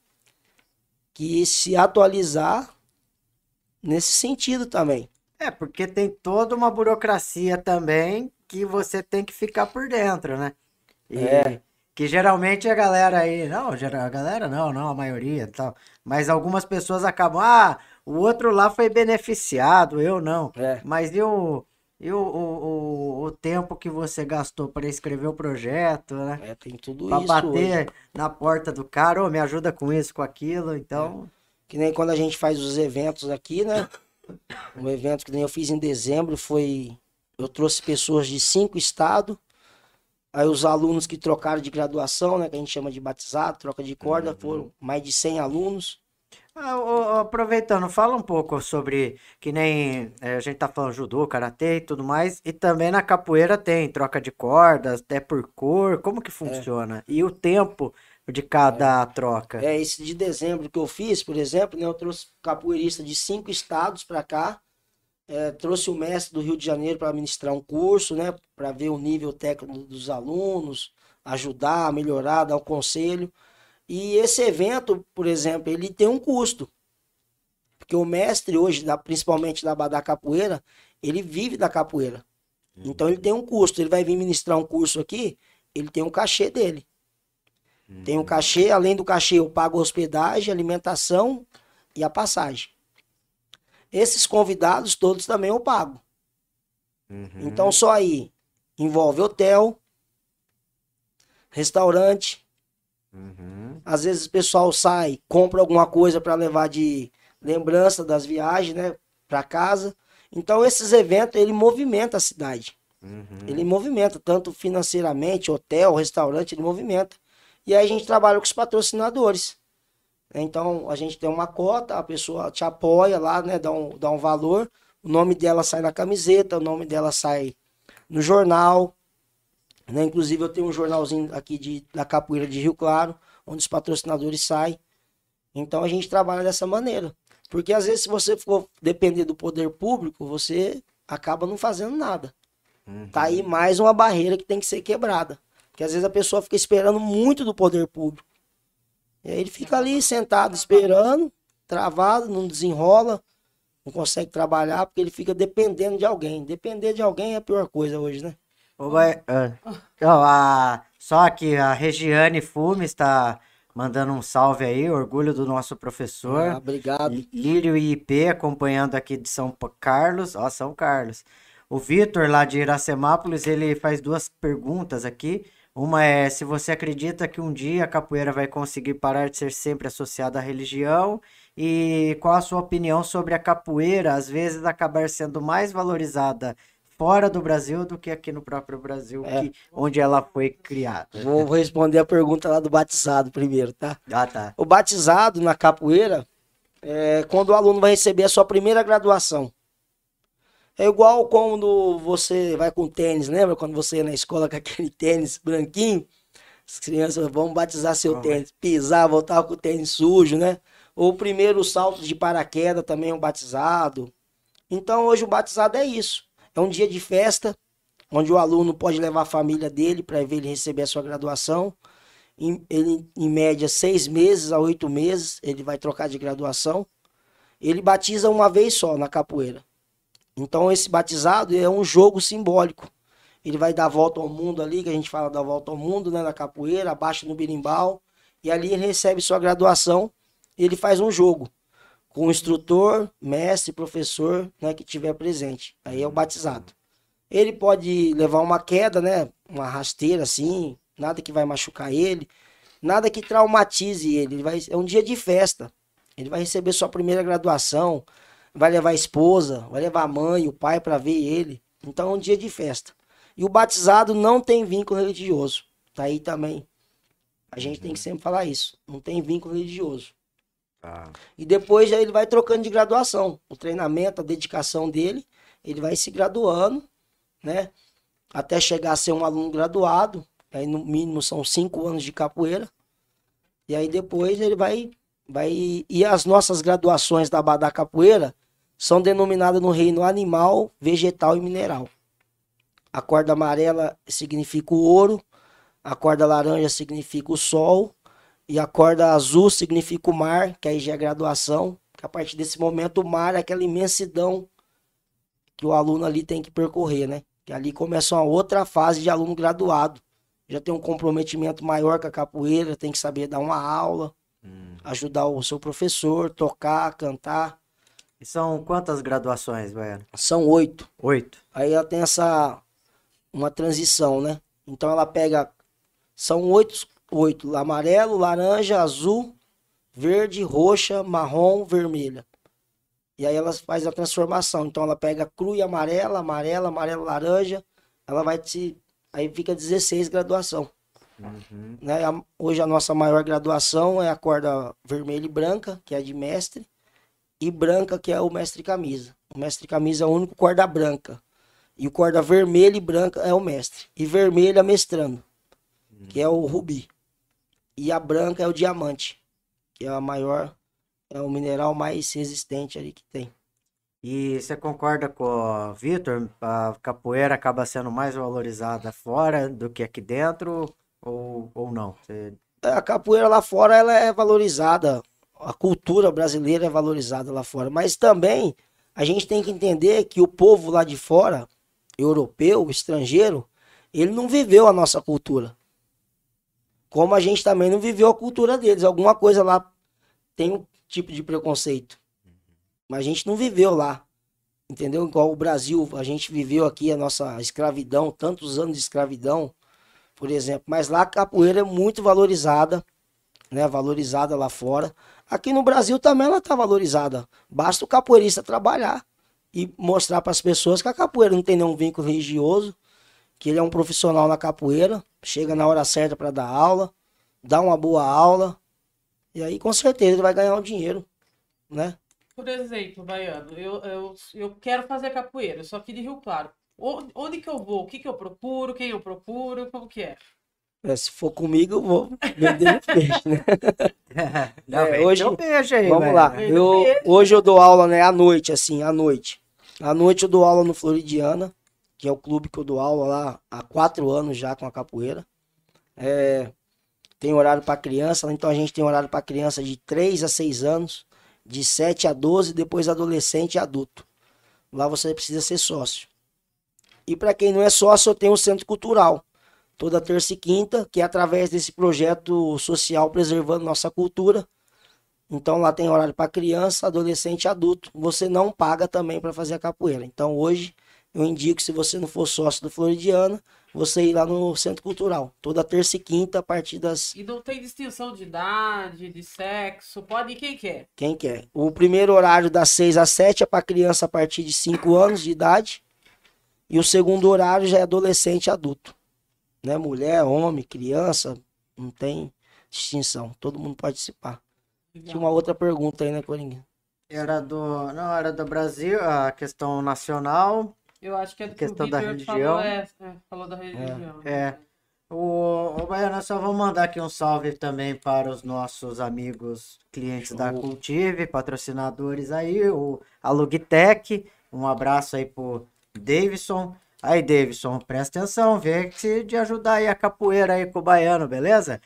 que se atualizar nesse sentido também. É, porque tem toda uma burocracia também que você tem que ficar por dentro, né? E É. que geralmente a galera aí, não, gera- a galera não, não, a maioria e tal, mas algumas pessoas acabam, ah, o outro lá foi beneficiado, eu não. É. Mas e o, e o, o, o, o tempo que você gastou para escrever o projeto, né? É, tem tudo Para isso hoje. bater na porta do cara, ô, me ajuda com isso, com aquilo, então. Que nem quando a gente faz os eventos aqui, né? Um evento que nem eu fiz em dezembro foi. Eu trouxe pessoas de cinco estados. Aí os alunos que trocaram de graduação, né? Que a gente chama de batizado, troca de corda, foram mais de cem alunos. Ah, ô, ô, aproveitando, fala um pouco sobre que nem eh, a gente tá falando judô, karatê e tudo mais, e também na capoeira tem troca de cordas, até por cor, como que funciona? E o tempo de cada troca? É, esse de dezembro que eu fiz, por exemplo, né? Eu trouxe capoeirista de cinco estados para cá. É, trouxe o mestre do Rio de Janeiro para ministrar um curso, né? Para ver o nível técnico dos alunos, ajudar, melhorar, dar um conselho. E esse evento, por exemplo, ele tem um custo. Porque o mestre hoje, da- principalmente da, da capoeira, ele vive da capoeira. Então ele tem um custo. Ele vai vir ministrar um curso aqui, ele tem um cachê dele. Tem um cachê, além do cachê eu pago a hospedagem, alimentação e a passagem. Esses convidados todos também eu pago. Uhum. Então só aí envolve hotel, restaurante. Uhum. Às vezes o pessoal sai, compra alguma coisa para levar de lembrança das viagens, né, para casa. Então esses eventos, ele movimenta a cidade. Uhum. Ele movimenta, tanto financeiramente, hotel, restaurante, ele movimenta. E aí a gente trabalha com os patrocinadores. Então a gente tem uma cota, a pessoa te apoia lá, né, dá um, dá um valor, o nome dela sai na camiseta, o nome dela sai no jornal, né? Inclusive eu tenho um jornalzinho aqui de, da Capoeira de Rio Claro, onde os patrocinadores saem. Então a gente trabalha dessa maneira. Porque às vezes se você for depender do poder público, você acaba não fazendo nada. Uhum. Tá aí mais uma barreira que tem que ser quebrada. Porque às vezes a pessoa fica esperando muito do poder público. E aí ele fica ali sentado esperando, travado, não desenrola, não consegue trabalhar, porque ele fica dependendo de alguém. Depender de alguém é a pior coisa hoje, né? Ô, vai, ah, ó, a- só que a Regiane Fumes está mandando um salve aí, orgulho do nosso professor. Ah, obrigado. Lírio e I P acompanhando aqui de São Pa- Carlos, ó, São Carlos. O Vitor, lá de Iracemápolis, ele faz duas perguntas aqui. Uma é se você acredita que um dia a capoeira vai conseguir parar de ser sempre associada à religião e qual a sua opinião sobre a capoeira, às vezes, acabar sendo mais valorizada fora do Brasil do que aqui no próprio Brasil, É. que, onde ela foi criada. Vou, vou responder a pergunta lá do batizado primeiro, tá? Ah, tá. O batizado na capoeira é quando o aluno vai receber a sua primeira graduação. É igual quando você vai com tênis, lembra? Quando você ia na escola com aquele tênis branquinho, as crianças vão batizar seu Uhum. tênis, pisar, voltar com o tênis sujo, né? Ou o primeiro salto de paraquedas também é um batizado. Então hoje o batizado é isso. É um dia de festa, onde o aluno pode levar a família dele para ver ele receber a sua graduação. Em, ele, em média, seis meses a oito meses, ele vai trocar de graduação. Ele batiza uma vez só na capoeira. Então esse batizado é um jogo simbólico. Ele vai dar a volta ao mundo ali, que a gente fala da volta ao mundo, né, na capoeira, abaixo no berimbau. E ali ele recebe sua graduação. Ele faz um jogo com o instrutor, mestre, professor, né, que tiver presente. Aí é o batizado. Ele pode levar uma queda, né, uma rasteira assim, nada que vai machucar ele, nada que traumatize ele. Ele vai, é um dia de festa. Ele vai receber sua primeira graduação, vai levar a esposa, vai levar a mãe, o pai para ver ele. Então é um dia de festa. E o batizado não tem vínculo religioso. Tá aí também. A gente tem que sempre falar isso. Não tem vínculo religioso. Tá. E depois aí ele vai trocando de graduação. O treinamento, a dedicação dele, ele vai se graduando, né? Até chegar a ser um aluno graduado. Aí no mínimo são cinco anos de capoeira. E aí depois ele vai... vai e as nossas graduações da, da capoeira são denominadas no reino animal, vegetal e mineral. A corda amarela significa o ouro, a corda laranja significa o sol, e a corda azul significa o mar, que aí já é graduação, que a partir desse momento o mar é aquela imensidão que o aluno ali tem que percorrer, né? Que ali começa uma outra fase de aluno graduado. Já tem um comprometimento maior com a capoeira, tem que saber dar uma aula, Hum. ajudar o seu professor, tocar, cantar. E são quantas graduações, Baiano? São oito. Oito. Aí ela tem essa, uma transição, né? Então ela pega, são oito, oito, amarelo, laranja, azul, verde, roxa, marrom, vermelha. E aí ela faz a transformação. Então ela pega cru e amarela, amarela, amarelo, laranja. Ela vai se, aí fica dezesseis graduação. Uhum. Né? A- Hoje a nossa maior graduação é a corda vermelha e branca, que é a de mestre, e branca, que é o mestre camisa. O mestre camisa é o único corda branca. E o corda vermelha e branca é o mestre. E vermelha mestrando, que é o rubi. E a branca é o diamante, que é a maior, é o mineral mais resistente ali que tem. E você concorda com o Vitor? A capoeira acaba sendo mais valorizada fora do que aqui dentro ou, ou não? Você- A capoeira lá fora ela é valorizada, a cultura brasileira é valorizada lá fora, mas também a gente tem que entender que o povo lá de fora, europeu, estrangeiro, ele não viveu a nossa cultura. Como a gente também não viveu a cultura deles. Alguma coisa lá tem um tipo de preconceito. Mas a gente não viveu lá. Entendeu? Igual o Brasil, a gente viveu aqui a nossa escravidão, tantos anos de escravidão, por exemplo. Mas lá a capoeira é muito valorizada. né, valorizada lá fora. Aqui no Brasil também ela tá valorizada. Basta o capoeirista trabalhar e mostrar para as pessoas que a capoeira não tem nenhum vínculo religioso, que ele é um profissional na capoeira, chega na hora certa para dar aula, dá uma boa aula, e aí com certeza ele vai ganhar um dinheiro, né? Por exemplo, Baiano, eu, eu, eu quero fazer capoeira, eu sou aqui de Rio Claro. Onde, onde que eu vou? O que que eu procuro? Quem eu procuro? Como que é? É, se for comigo, eu vou vender peixe, né? Não, É, vem hoje- teu peixe aí, Vamos velho. lá. Vem do Eu, peixe. hoje eu dou aula, né, à noite, assim, à noite. À noite eu dou aula no Floridiana, que é o clube que eu dou aula lá há quatro anos já com a capoeira. É, tem horário para criança, então a gente tem horário para criança de três a seis anos, de sete a doze, depois adolescente e adulto. Lá você precisa ser sócio. E para quem não é sócio, eu tenho um centro cultural, toda terça e quinta, que é através desse projeto social Preservando Nossa Cultura. Então lá tem horário para criança, adolescente e adulto. Você não paga também para fazer a capoeira. Então hoje eu indico, se você não for sócio do Floridiana, você ir lá no Centro Cultural. Toda terça e quinta, a partir das... E não tem distinção de idade, de sexo, pode ir quem quer. Quem quer. O primeiro horário das seis às sete é para criança a partir de cinco anos de idade. E o segundo horário já é adolescente e adulto. Né? Mulher, homem, criança, não tem distinção. Todo mundo pode participar. Tinha uma outra pergunta aí, né, Coringa? Era do, não, era do Brasil, a questão nacional. Eu acho que é do Questão que o da Vitor religião. falou, é, é, falou da religião. É. O, o Baiano, só vou mandar aqui um salve também para os nossos amigos clientes da Show. Cultive, patrocinadores aí, o Alugtec. Um abraço aí pro Davidson. Aí, Davidson, presta atenção, vê que se de ajudar aí a capoeira aí com o Baiano, beleza?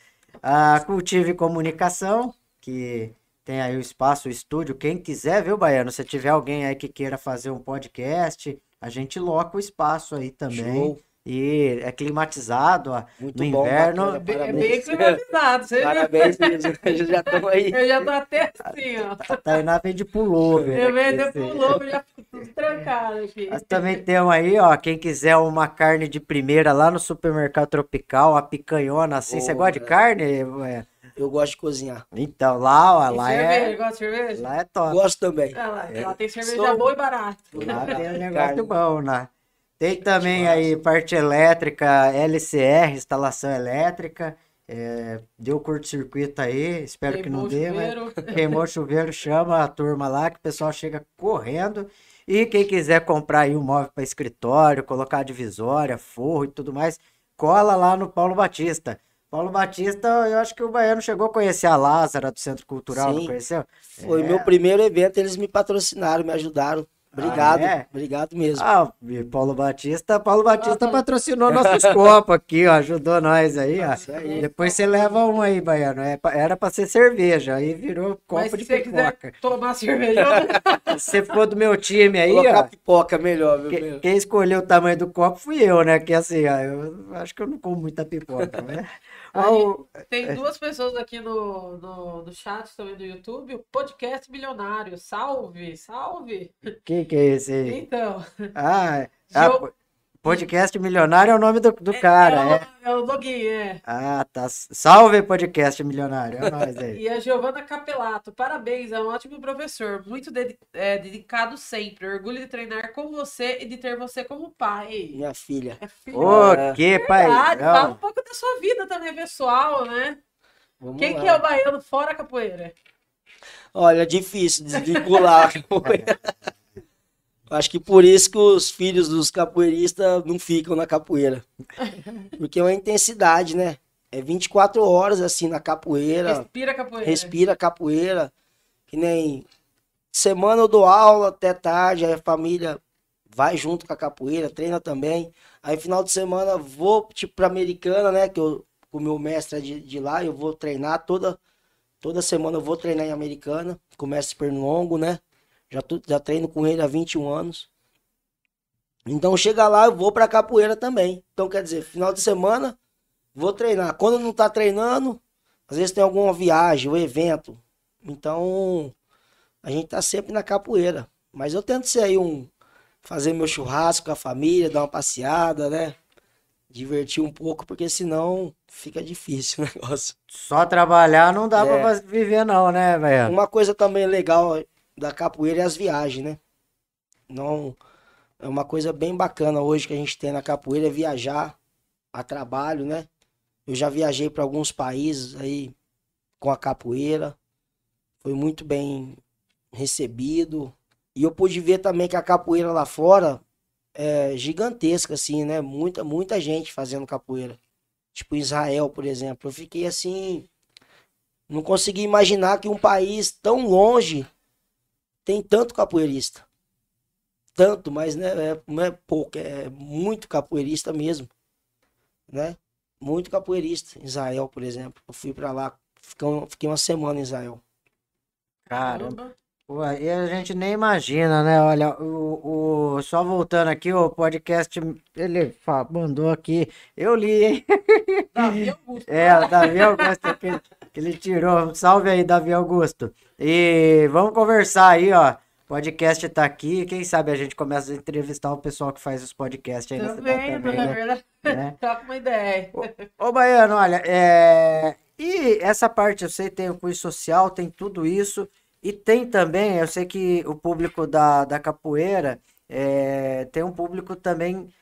A Cultive Comunicação, que tem aí o espaço, o estúdio. Quem quiser, viu, Baiano? Se tiver alguém aí que queira fazer um podcast, a gente loca o espaço aí também. Show. E é climatizado, ó, Muito no bom, inverno. É bacana, bem, é parabéns. bem climatizado, você viu? Parabéns, eles já estão aí. Eu já tô até assim, ó. A Tainá vem de pullover. Eu né, venho que até esse- pulou, já fico tudo trancado aqui. Nós também temos aí, ó, quem quiser uma carne de primeira lá no supermercado Tropical, a picanhona assim. Você Boa, gosta de né? carne? É. Eu gosto de cozinhar. Então, lá, ó, E lá cerveja, é, gosta de cerveja? lá é top. Gosto também. Ah, lá, lá tem cerveja Sou- boa e barata. Lá tem um Carne. negócio bom, né? Tem também aí parte elétrica, L C R, instalação elétrica. É, deu curto-circuito aí, espero que Queimou não o dê, mas chuveiro. queimou o chuveiro, chama a turma lá que o pessoal chega correndo. E quem quiser comprar aí um móvel para escritório, colocar divisória, forro e tudo mais, cola lá no Paulo Batista. Paulo Batista, eu acho que o Baiano chegou a conhecer a Lázara do Centro Cultural, não Sim. conheceu? Foi É. meu primeiro evento, eles me patrocinaram, me ajudaram. Obrigado, é? obrigado mesmo. Ah, e Paulo Batista, Paulo Batista Ah, patrocinou nossos copos aqui, ó, ajudou nós aí, ó. Isso aí. Depois você leva um aí, Baiano, é pra- era pra ser cerveja, aí virou copo Mas se de você quiser pipoca. tomar cerveja, Se você for do meu time aí, Colocar ó, pipoca melhor, meu que- meu. quem escolheu o tamanho do copo fui eu, né? Que assim, ó, eu acho que eu não como muita pipoca, né? Ó, o- tem duas pessoas aqui no, no, no chat também do YouTube, o podcast milionário. Salve, salve. que que é esse aí? Então, Ah, ah, Geo- po- podcast milionário é o nome do, do cara, é, é. o, é o login, é. Ah, tá. Salve podcast milionário, é nóis aí. E a Giovana Capelato, parabéns, é um ótimo professor, muito dedi- é, dedicado sempre. Orgulho de treinar com você e de ter você como pai. Minha filha. É filho. Ô, É. que Verdade, fala um paizão. pouco da sua vida também, pessoal, né? Vamos Quem lá. que é o baiano fora a capoeira? Olha, difícil desvincular a capoeira. Acho que por isso que os filhos dos capoeiristas não ficam na capoeira. Porque é uma intensidade, né? É vinte e quatro horas assim na capoeira. Respira capoeira. Respira capoeira. Que nem semana eu dou aula até tarde, aí a família vai junto com a capoeira, treina também. Aí final de semana vou tipo pra Americana, né? Que eu, o meu mestre é de, de lá, eu vou treinar toda, toda semana eu vou treinar em Americana, com o mestre Pernilongo, né? Já, tô- já treino com ele há vinte e um anos. Então chega lá, eu vou pra capoeira também. Então quer dizer, final de semana vou treinar. Quando não tá treinando, às vezes tem alguma viagem, um evento. Então a gente tá sempre na capoeira. Mas eu tento ser aí um, fazer meu churrasco com a família, dar uma passeada, né? divertir um pouco, porque senão fica difícil o negócio. Só trabalhar não dá É. pra faz- viver não, né, velho? Uma coisa também legal da capoeira é as viagens, né? Não, é uma coisa bem bacana hoje que a gente tem na capoeira é viajar a trabalho, né? Eu já viajei para alguns países aí com a capoeira, foi muito bem recebido. E eu pude ver também que a capoeira lá fora é gigantesca, assim, né? Muita, muita gente fazendo capoeira. Tipo Israel, por exemplo. Eu fiquei assim, não consegui imaginar que um país tão longe tem tanto capoeirista. Tanto, mas né, é, não é pouco, é muito capoeirista mesmo, né? Muito capoeirista. Israel, por exemplo. Eu fui pra lá, fiquei, um- fiquei uma semana em Israel. Caramba. Caramba. Pô, e a gente nem imagina, né? Olha, o, o, só voltando aqui, o podcast, ele fa- mandou aqui, eu li, hein? Davi Augusto. É, o Davi Augusto que, que ele tirou. Salve aí, Davi Augusto. E vamos conversar aí, ó. O podcast tá aqui. Quem sabe a gente começa a entrevistar o pessoal que faz os podcasts aí na cidade Também, também, na né? verdade. É. Troca uma ideia. Ô, Baiano, olha, é... e essa parte, eu sei, tem o cunho social, tem tudo isso, e tem também, eu sei que o público da, da capoeira é, tem um público também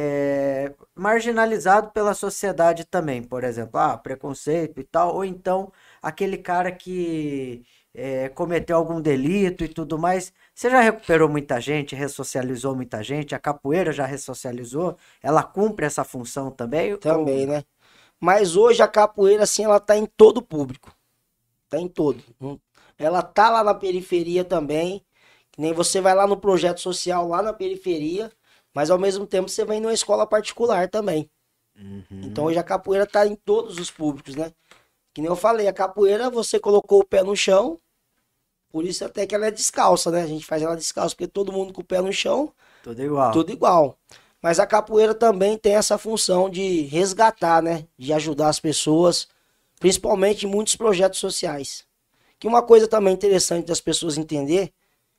é, marginalizado pela sociedade também, por exemplo, ah, preconceito e tal, ou então aquele cara que é, cometeu algum delito e tudo mais. Você já recuperou muita gente, ressocializou muita gente, a capoeira já ressocializou, ela cumpre essa função também? Também, Ou... né? Mas hoje a capoeira, assim, ela tá em todo o público. Tá em todo. Não- Ela tá lá na periferia também. Que nem você vai lá no projeto social, lá na periferia. Mas ao mesmo tempo você vai numa escola particular também. Então Uhum. hoje a capoeira tá em todos os públicos, né? Que nem eu falei, a capoeira você colocou o pé no chão. Por isso até que ela é descalça, né? A gente faz ela descalça, porque todo mundo com o pé no chão, Tudo igual. tudo igual. Mas a capoeira também tem essa função de resgatar, né? De ajudar as pessoas, principalmente em muitos projetos sociais. Que uma coisa também interessante das pessoas entender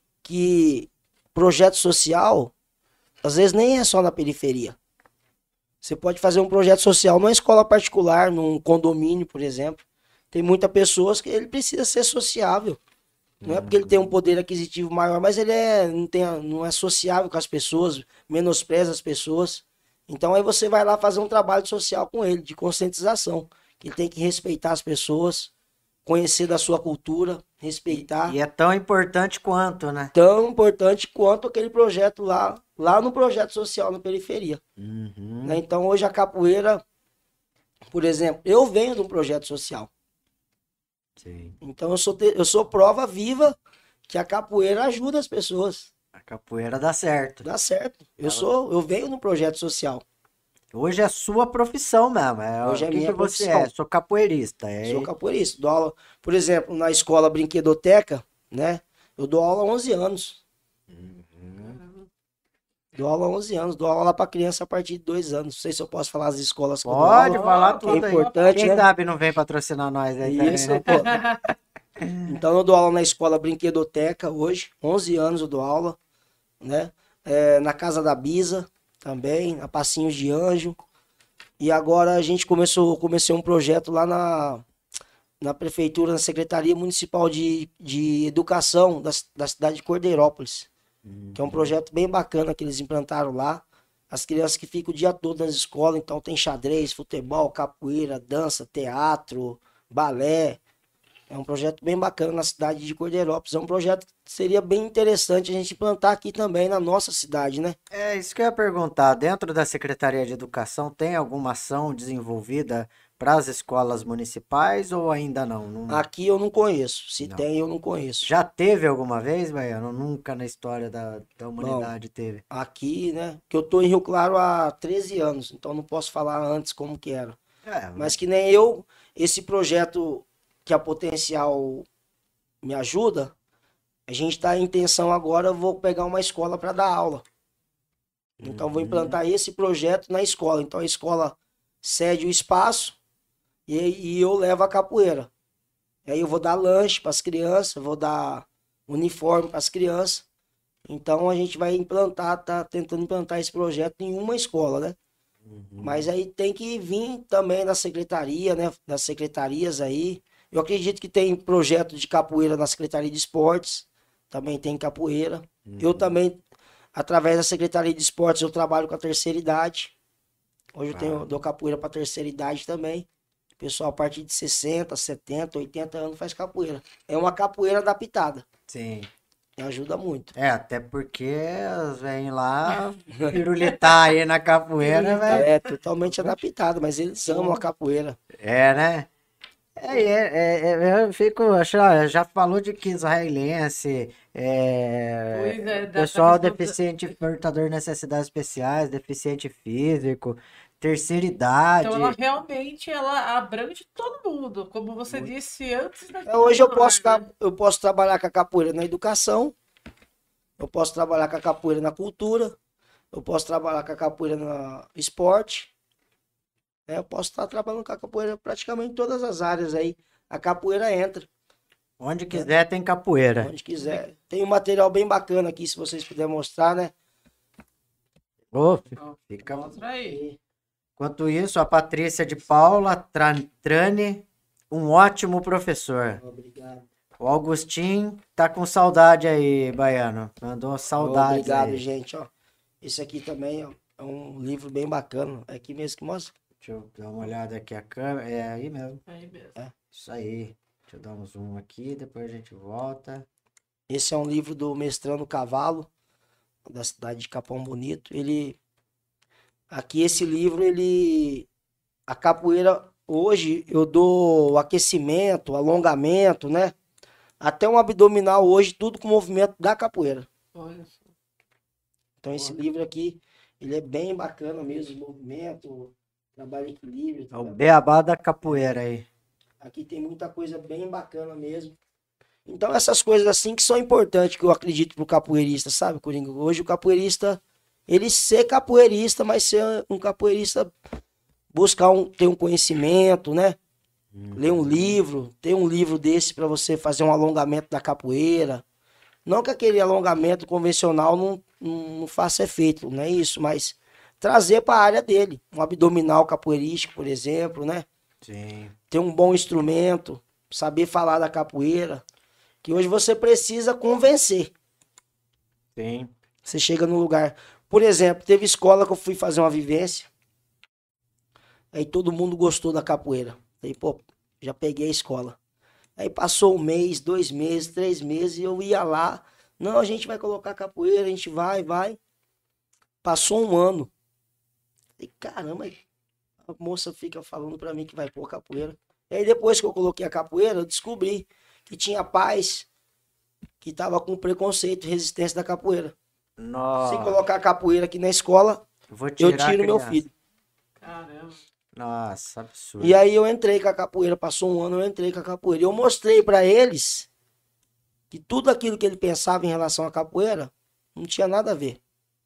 que projeto social, às vezes nem é só na periferia. Você pode fazer um projeto social numa escola particular, num condomínio, por exemplo. Tem muitas pessoas que ele precisa ser sociável. Não é porque ele tem um poder aquisitivo maior, mas ele é, não, tem, não é sociável com as pessoas, menospreza as pessoas. Então aí você vai lá fazer um trabalho social com ele, de conscientização. Que ele tem que respeitar as pessoas, conhecer da sua cultura, respeitar. E é tão importante quanto, né? Tão importante quanto aquele projeto lá, lá no projeto social na periferia. Uhum. Né? Então hoje a capoeira, por exemplo, eu venho de um projeto social. Sim. Então eu sou, te- eu sou prova viva que a capoeira ajuda as pessoas. A capoeira dá certo. Dá certo. Eu Ela- sou, eu venho no projeto social. Hoje é sua profissão mesmo. É, Hoje é o que minha que você profissão. é? Sou capoeirista. É... Sou capoeirista. Dou aula, por exemplo, na escola Brinquedoteca, né? Eu dou aula há onze anos. Dou aula há onze anos. Dou aula para criança a partir de dois anos. Não sei se eu posso falar as escolas que eu dou Pode aula. falar Pode, tudo é aí. importante, Quem né? sabe não vem patrocinar nós aí também, Isso, né? pô. Então eu dou aula na escola Brinquedoteca hoje. onze anos eu dou aula, né? É, na Casa da Bisa também, na Passinhos de Anjo. E agora a gente começou, comecei um projeto lá na, na prefeitura, na Secretaria Municipal de, de Educação da, da cidade de Cordeirópolis, que é um projeto bem bacana que eles implantaram lá. As crianças que ficam o dia todo nas escolas, então tem xadrez, futebol, capoeira, dança, teatro, balé. É um projeto bem bacana na cidade de Cordeirópolis. É um projeto que seria bem interessante a gente implantar aqui também na nossa cidade, né? É isso que eu ia perguntar. Dentro da Secretaria de Educação, tem alguma ação desenvolvida para as escolas municipais ou ainda não? Não- Aqui eu não conheço. Se Não. tem, eu não conheço. Já teve alguma vez, Baiano? Nunca na história da, da humanidade teve. Aqui, né? Que eu tô em Rio Claro há treze anos, então não posso falar antes como que era. É, Mas que nem eu, esse projeto que a Potencial me ajuda, a gente tá em intenção agora, eu vou pegar uma escola para dar aula. Então vou implantar esse projeto na escola. Então a escola cede o espaço e, e eu levo a capoeira. E aí eu vou dar lanche para as crianças, vou dar uniforme para as crianças. Então a gente vai implantar, tá tentando implantar esse projeto em uma escola, né? Mas aí tem que vir também da secretaria, né? Das secretarias aí. Eu acredito que tem projeto de capoeira na Secretaria de Esportes. Também tem capoeira. Eu também, através da Secretaria de Esportes, eu trabalho com a terceira idade. Hoje eu tenho, dou capoeira para terceira idade também. O pessoal a partir de sessenta, setenta, oitenta anos faz capoeira. É uma capoeira adaptada. Sim. E ajuda muito. É, até porque vem lá pirulitar aí na capoeira, velho. É totalmente adaptado, mas eles amam a capoeira. É, né? É, é, é, é, eu fico achando, já falou de que israelense, é, Pois é, da- da pessoal questão da- deficiente, portador de necessidades especiais, deficiente físico, terceira idade. Então ela realmente ela abrange todo mundo, como você disse antes da É, hoje eu no posso, ar, ca- né? eu posso trabalhar com a capoeira na educação, eu posso trabalhar com a capoeira na cultura, eu posso trabalhar com a capoeira no esporte, né? Eu posso estar trabalhando com a capoeira praticamente em todas as áreas aí. A capoeira entra, Onde quiser tem capoeira. onde quiser. Tem um material bem bacana aqui, se vocês puderem mostrar, né? Ô, Ó, fica... mostra aí. Enquanto isso, a Patrícia de Paula Tra- Trane, um ótimo professor. Obrigado. O Augustin tá com saudade aí, Baiano. Mandou saudades Obrigado, aí. gente, ó. Esse aqui também ó, é um livro bem bacana. É aqui mesmo que mostra. Deixa eu dar uma olhada aqui a câmera. É aí mesmo. Aí mesmo. Isso aí. Deixa eu dar um zoom aqui, depois a gente volta. Esse é um livro do Mestrando Cavalo, da cidade de Capão Bonito. Ele, aqui esse livro, ele, a capoeira, hoje eu dou aquecimento, alongamento, né? Até um abdominal hoje, tudo com o movimento da capoeira. Olha só. Então esse livro aqui, ele é bem bacana mesmo, movimento, trabalho em equilíbrio. É o trabalho- beabá da capoeira aí. Aqui tem muita coisa bem bacana mesmo. Então essas coisas assim que são importantes, que eu acredito pro capoeirista, sabe, Coringa? Hoje o capoeirista, ele ser capoeirista, mas ser um capoeirista, buscar um, ter um conhecimento, né? Ler um livro, ter um livro desse para você fazer um alongamento da capoeira. Não que aquele alongamento convencional não, não, não faça efeito, não é isso, mas trazer para a área dele. Um abdominal capoeirístico, por exemplo, né? Sim. Ter um bom instrumento, saber falar da capoeira, que hoje você precisa convencer. Sim. Você chega num lugar, por exemplo, teve escola que eu fui fazer uma vivência, aí todo mundo gostou da capoeira. Aí, pô, já peguei a escola. Aí passou um mês, dois meses, três meses, e eu ia lá, não, a gente vai colocar capoeira, a gente vai, vai. Passou um ano. E caramba, a moça fica falando pra mim que vai pôr capoeira. E aí depois que eu coloquei a capoeira, eu descobri que tinha pais que tava com preconceito e resistência da capoeira. Se Nossa. colocar a capoeira aqui na escola, Vou eu tirar a tiro meu criança. filho. Caramba. Nossa, absurdo. E aí eu entrei com a capoeira, passou um ano, eu entrei com a capoeira. E eu mostrei pra eles que tudo aquilo que ele pensava em relação à capoeira não tinha nada a ver.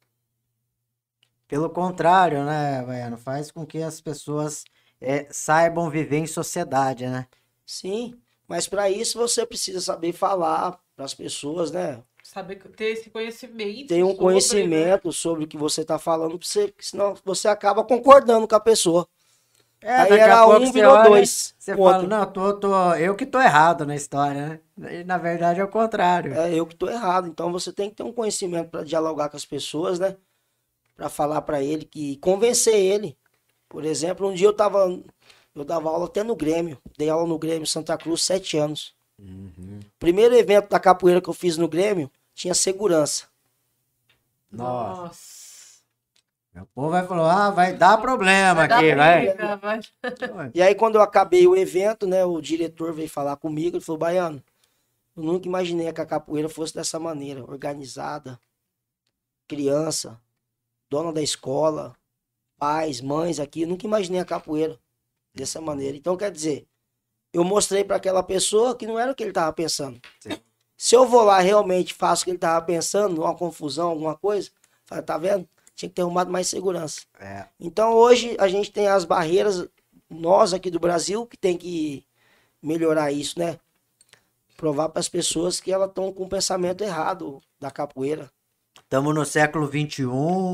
Pelo contrário, né, Baiano? Faz com que as pessoas é, saibam viver em sociedade, né? Sim, mas para isso você precisa saber falar para as pessoas, né? Saber ter esse conhecimento. Ter um sobre, né? conhecimento sobre o que você tá falando, pra você, senão você acaba concordando com a pessoa. É, Aí daqui a era pouco um, você virou olha, dois. Você o fala, outro. não, tô, tô, eu que tô errado na história, né? E na verdade é o contrário. É eu que tô errado. Então você tem que ter um conhecimento para dialogar com as pessoas, né? Para falar para ele que convencer ele. Por exemplo, um dia eu tava eu dava aula até no Grêmio, dei aula no Grêmio Santa Cruz sete anos. Uhum. Primeiro evento da capoeira que eu fiz no Grêmio tinha segurança. Nossa. Nossa. Meu povo vai falar, ah, vai dar problema Vai dar aqui, vai. briga, vai. E aí quando eu acabei o evento, né, o diretor veio falar comigo, ele falou: "Baiano, eu nunca imaginei que a capoeira fosse dessa maneira, organizada, criança, dona da escola, pais, mães aqui, eu nunca imaginei a capoeira dessa maneira". Então, quer dizer, eu mostrei para aquela pessoa que não era o que ele estava pensando. Sim. Se eu vou lá realmente faço o que ele estava pensando, uma confusão, alguma coisa, fala, tá vendo? Tinha que ter arrumado mais segurança. É. Então, hoje, a gente tem as barreiras, nós aqui do Brasil, que tem que melhorar isso, né? Provar para as pessoas que elas estão com o pensamento errado da capoeira. Estamos no século vinte e um,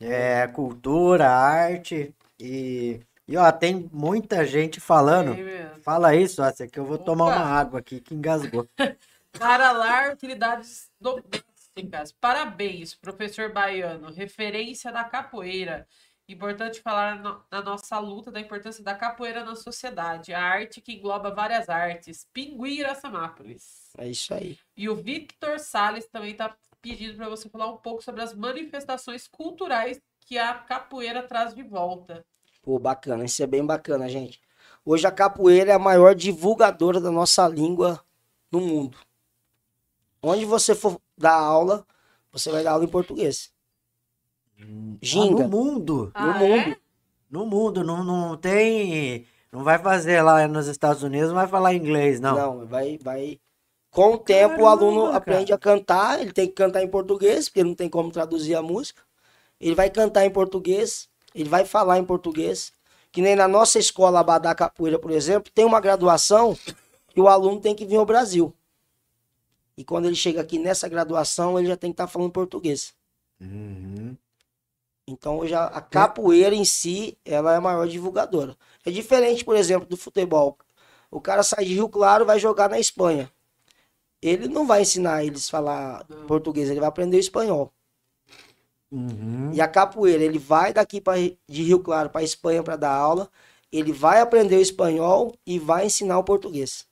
É, cultura, arte e, e ó, tem muita gente falando. Tem mesmo. Fala aí, sócia, que eu vou tomar Opa. uma água aqui que engasgou. Para lar, utilidades domésticas. Parabéns, professor Baiano, referência da capoeira. Importante falar no- na nossa luta da importância da capoeira na sociedade, a arte que engloba várias artes. Pinguim Iracemápolis. É isso aí. E o Victor Salles também está pedindo para você falar um pouco sobre as manifestações culturais que a capoeira traz de volta. Pô, bacana, isso é bem bacana, gente. Hoje a capoeira é a maior divulgadora da nossa língua no mundo. Onde você for dar aula, você vai dar aula em português. Ah, no Ginga, mundo, Ah, no mundo. é? no mundo, não, não tem. Não vai fazer lá nos Estados Unidos, não vai falar inglês, não. Não, vai, vai. Com o tempo, o aluno Caramba, aprende cara. a cantar, ele tem que cantar em português, porque não tem como traduzir a música. Ele vai cantar em português, ele vai falar em português. Que nem na nossa escola Abadá Capoeira, por exemplo, tem uma graduação que o aluno tem que vir ao Brasil. E quando ele chega aqui nessa graduação, ele já tem que estar falando português. Uhum. Então, hoje a, a capoeira em si, ela é a maior divulgadora. É diferente, por exemplo, do futebol. O cara sai de Rio Claro e vai jogar na Espanha. Ele não vai ensinar eles a falar Não. português, ele vai aprender espanhol. Uhum. E a capoeira, ele vai daqui pra, de Rio Claro para Espanha para dar aula, ele vai aprender o espanhol e vai ensinar o português.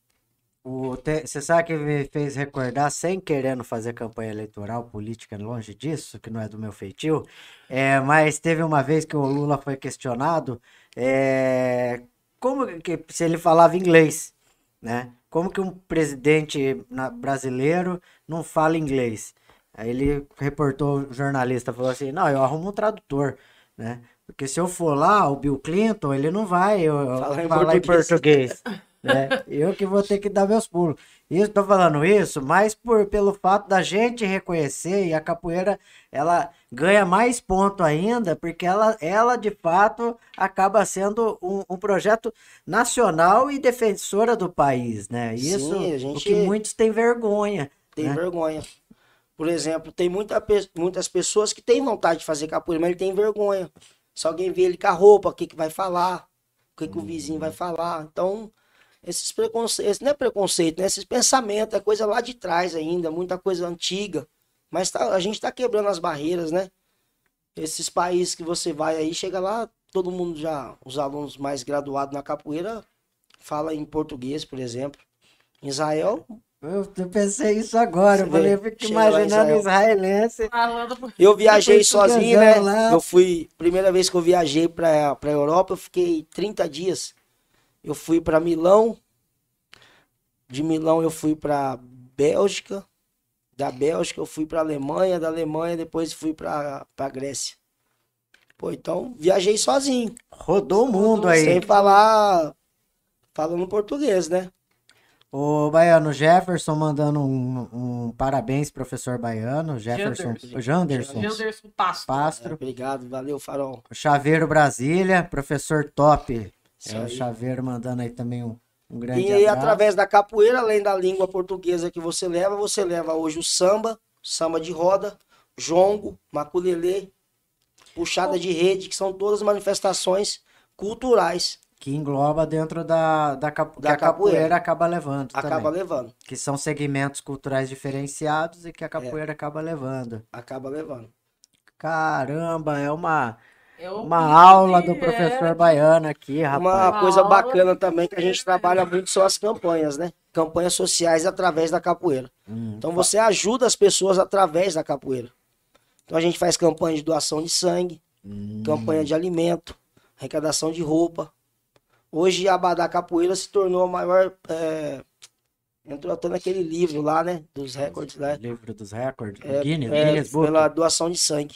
O te- Você sabe que me fez recordar, sem querendo fazer campanha eleitoral, política, longe disso, que não é do meu feitio, é, mas teve uma vez que o Lula foi questionado, é, como que se ele falava inglês, né? Como que um presidente na- brasileiro não fala inglês? Aí ele reportou, o jornalista falou assim, não, eu arrumo um tradutor, né? Porque se eu for lá, o Bill Clinton, ele não vai eu, eu Falar em falar em português. português, né? Eu que vou ter que dar meus pulos. Isso, tô falando isso, mas por, pelo fato da gente reconhecer, e a capoeira, ela ganha mais ponto ainda, porque ela, ela de fato acaba sendo um, um projeto nacional e defensora do país, né? Isso, Sim, a o gente que muitos têm vergonha, tem né? vergonha. Por exemplo, tem muita, pe- muitas pessoas que têm vontade de fazer capoeira, mas ele tem vergonha. Se alguém vê ele com a roupa, o que, que vai falar? O que, que o vizinho vai falar? Então, esses preconceitos, não é preconceito, né? Esses pensamentos, é coisa lá de trás ainda, muita coisa antiga. Mas tá- a gente tá quebrando as barreiras, né? Esses países que você vai aí, chega lá, todo mundo já, os alunos mais graduados na capoeira, fala em português, por exemplo. Em Israel, Eu, eu pensei isso agora, Você eu falei, eu vê, fico chega lá em imaginando Israel. israelense. Falando por... eu viajei Portuguesão sozinho, né? lá. Eu fui, primeira vez que eu viajei pra, pra Europa, eu fiquei trinta dias. Eu fui pra Milão, de Milão eu fui pra Bélgica, da Bélgica eu fui pra Alemanha, da Alemanha depois fui pra, pra Grécia. Pô, então viajei sozinho, Rodou o mundo aí. sem falar, falando português, né? O Baiano Jefferson mandando um, um parabéns, professor Baiano. Jefferson, Janderson. Janderson, Janderson Pasto. É, Pastro. obrigado, valeu, Farol. Chaveiro Brasília, professor top. Isso É o aí. Chaveiro mandando aí também um, um grande E aí, abraço. através da capoeira, além da língua portuguesa que você leva, você leva hoje o samba, samba de roda, jongo, maculelê, puxada de rede, que são todas manifestações culturais, Que engloba dentro da, da, capo- Da que a capoeira, capoeira. acaba levando acaba também. levando, Que são segmentos culturais diferenciados e que É. a capoeira acaba levando. acaba levando. Caramba, é uma, É um uma mix aula de- do professor é, Baiano aqui, Uma rapaz. coisa aula bacana de também que a gente capoeira, trabalha né? muito são as campanhas, né? Campanhas sociais através da capoeira. Hum, Então você ajuda as pessoas através da capoeira. Então a gente faz campanha de doação de sangue, hum. campanha de alimento, arrecadação de roupa. Hoje a Abadá Capoeira se tornou a maior. é, entrou até naquele livro lá, né? Dos recordes, né? Livro dos recordes, É, Guinness, é, Guinness Book. pela doação de sangue.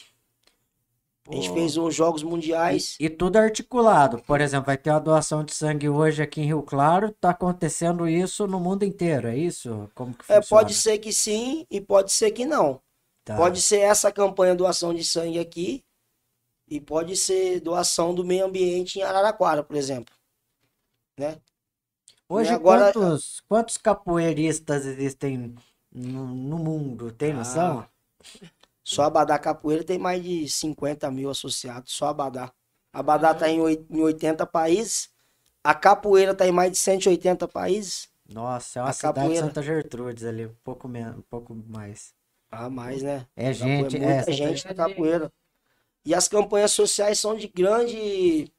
A gente Pô. fez os Jogos Mundiais. E, e tudo articulado. Por exemplo, vai ter uma doação de sangue hoje aqui em Rio Claro. Tá acontecendo isso no mundo inteiro, é isso? Como que É, funciona? pode ser que sim e pode ser que não. Tá. Pode ser essa campanha doação de sangue aqui e pode ser doação do meio ambiente em Araraquara, por exemplo. Né? Hoje, E agora- quantos, quantos capoeiristas existem no, no mundo? Tem noção? Só Abadá Capoeira tem mais de cinquenta mil associados, só Abadá. Abadá tá em oi- em oitenta países, a capoeira tá em mais de cento e oitenta países. Nossa, é uma A cidade de capoeira. Santa Gertrudes ali, um pouco menos, um pouco mais. Ah, mais, né? É Capoeira, gente, é, muita Santa gente Gertrudes. na capoeira. E as campanhas sociais são de grande.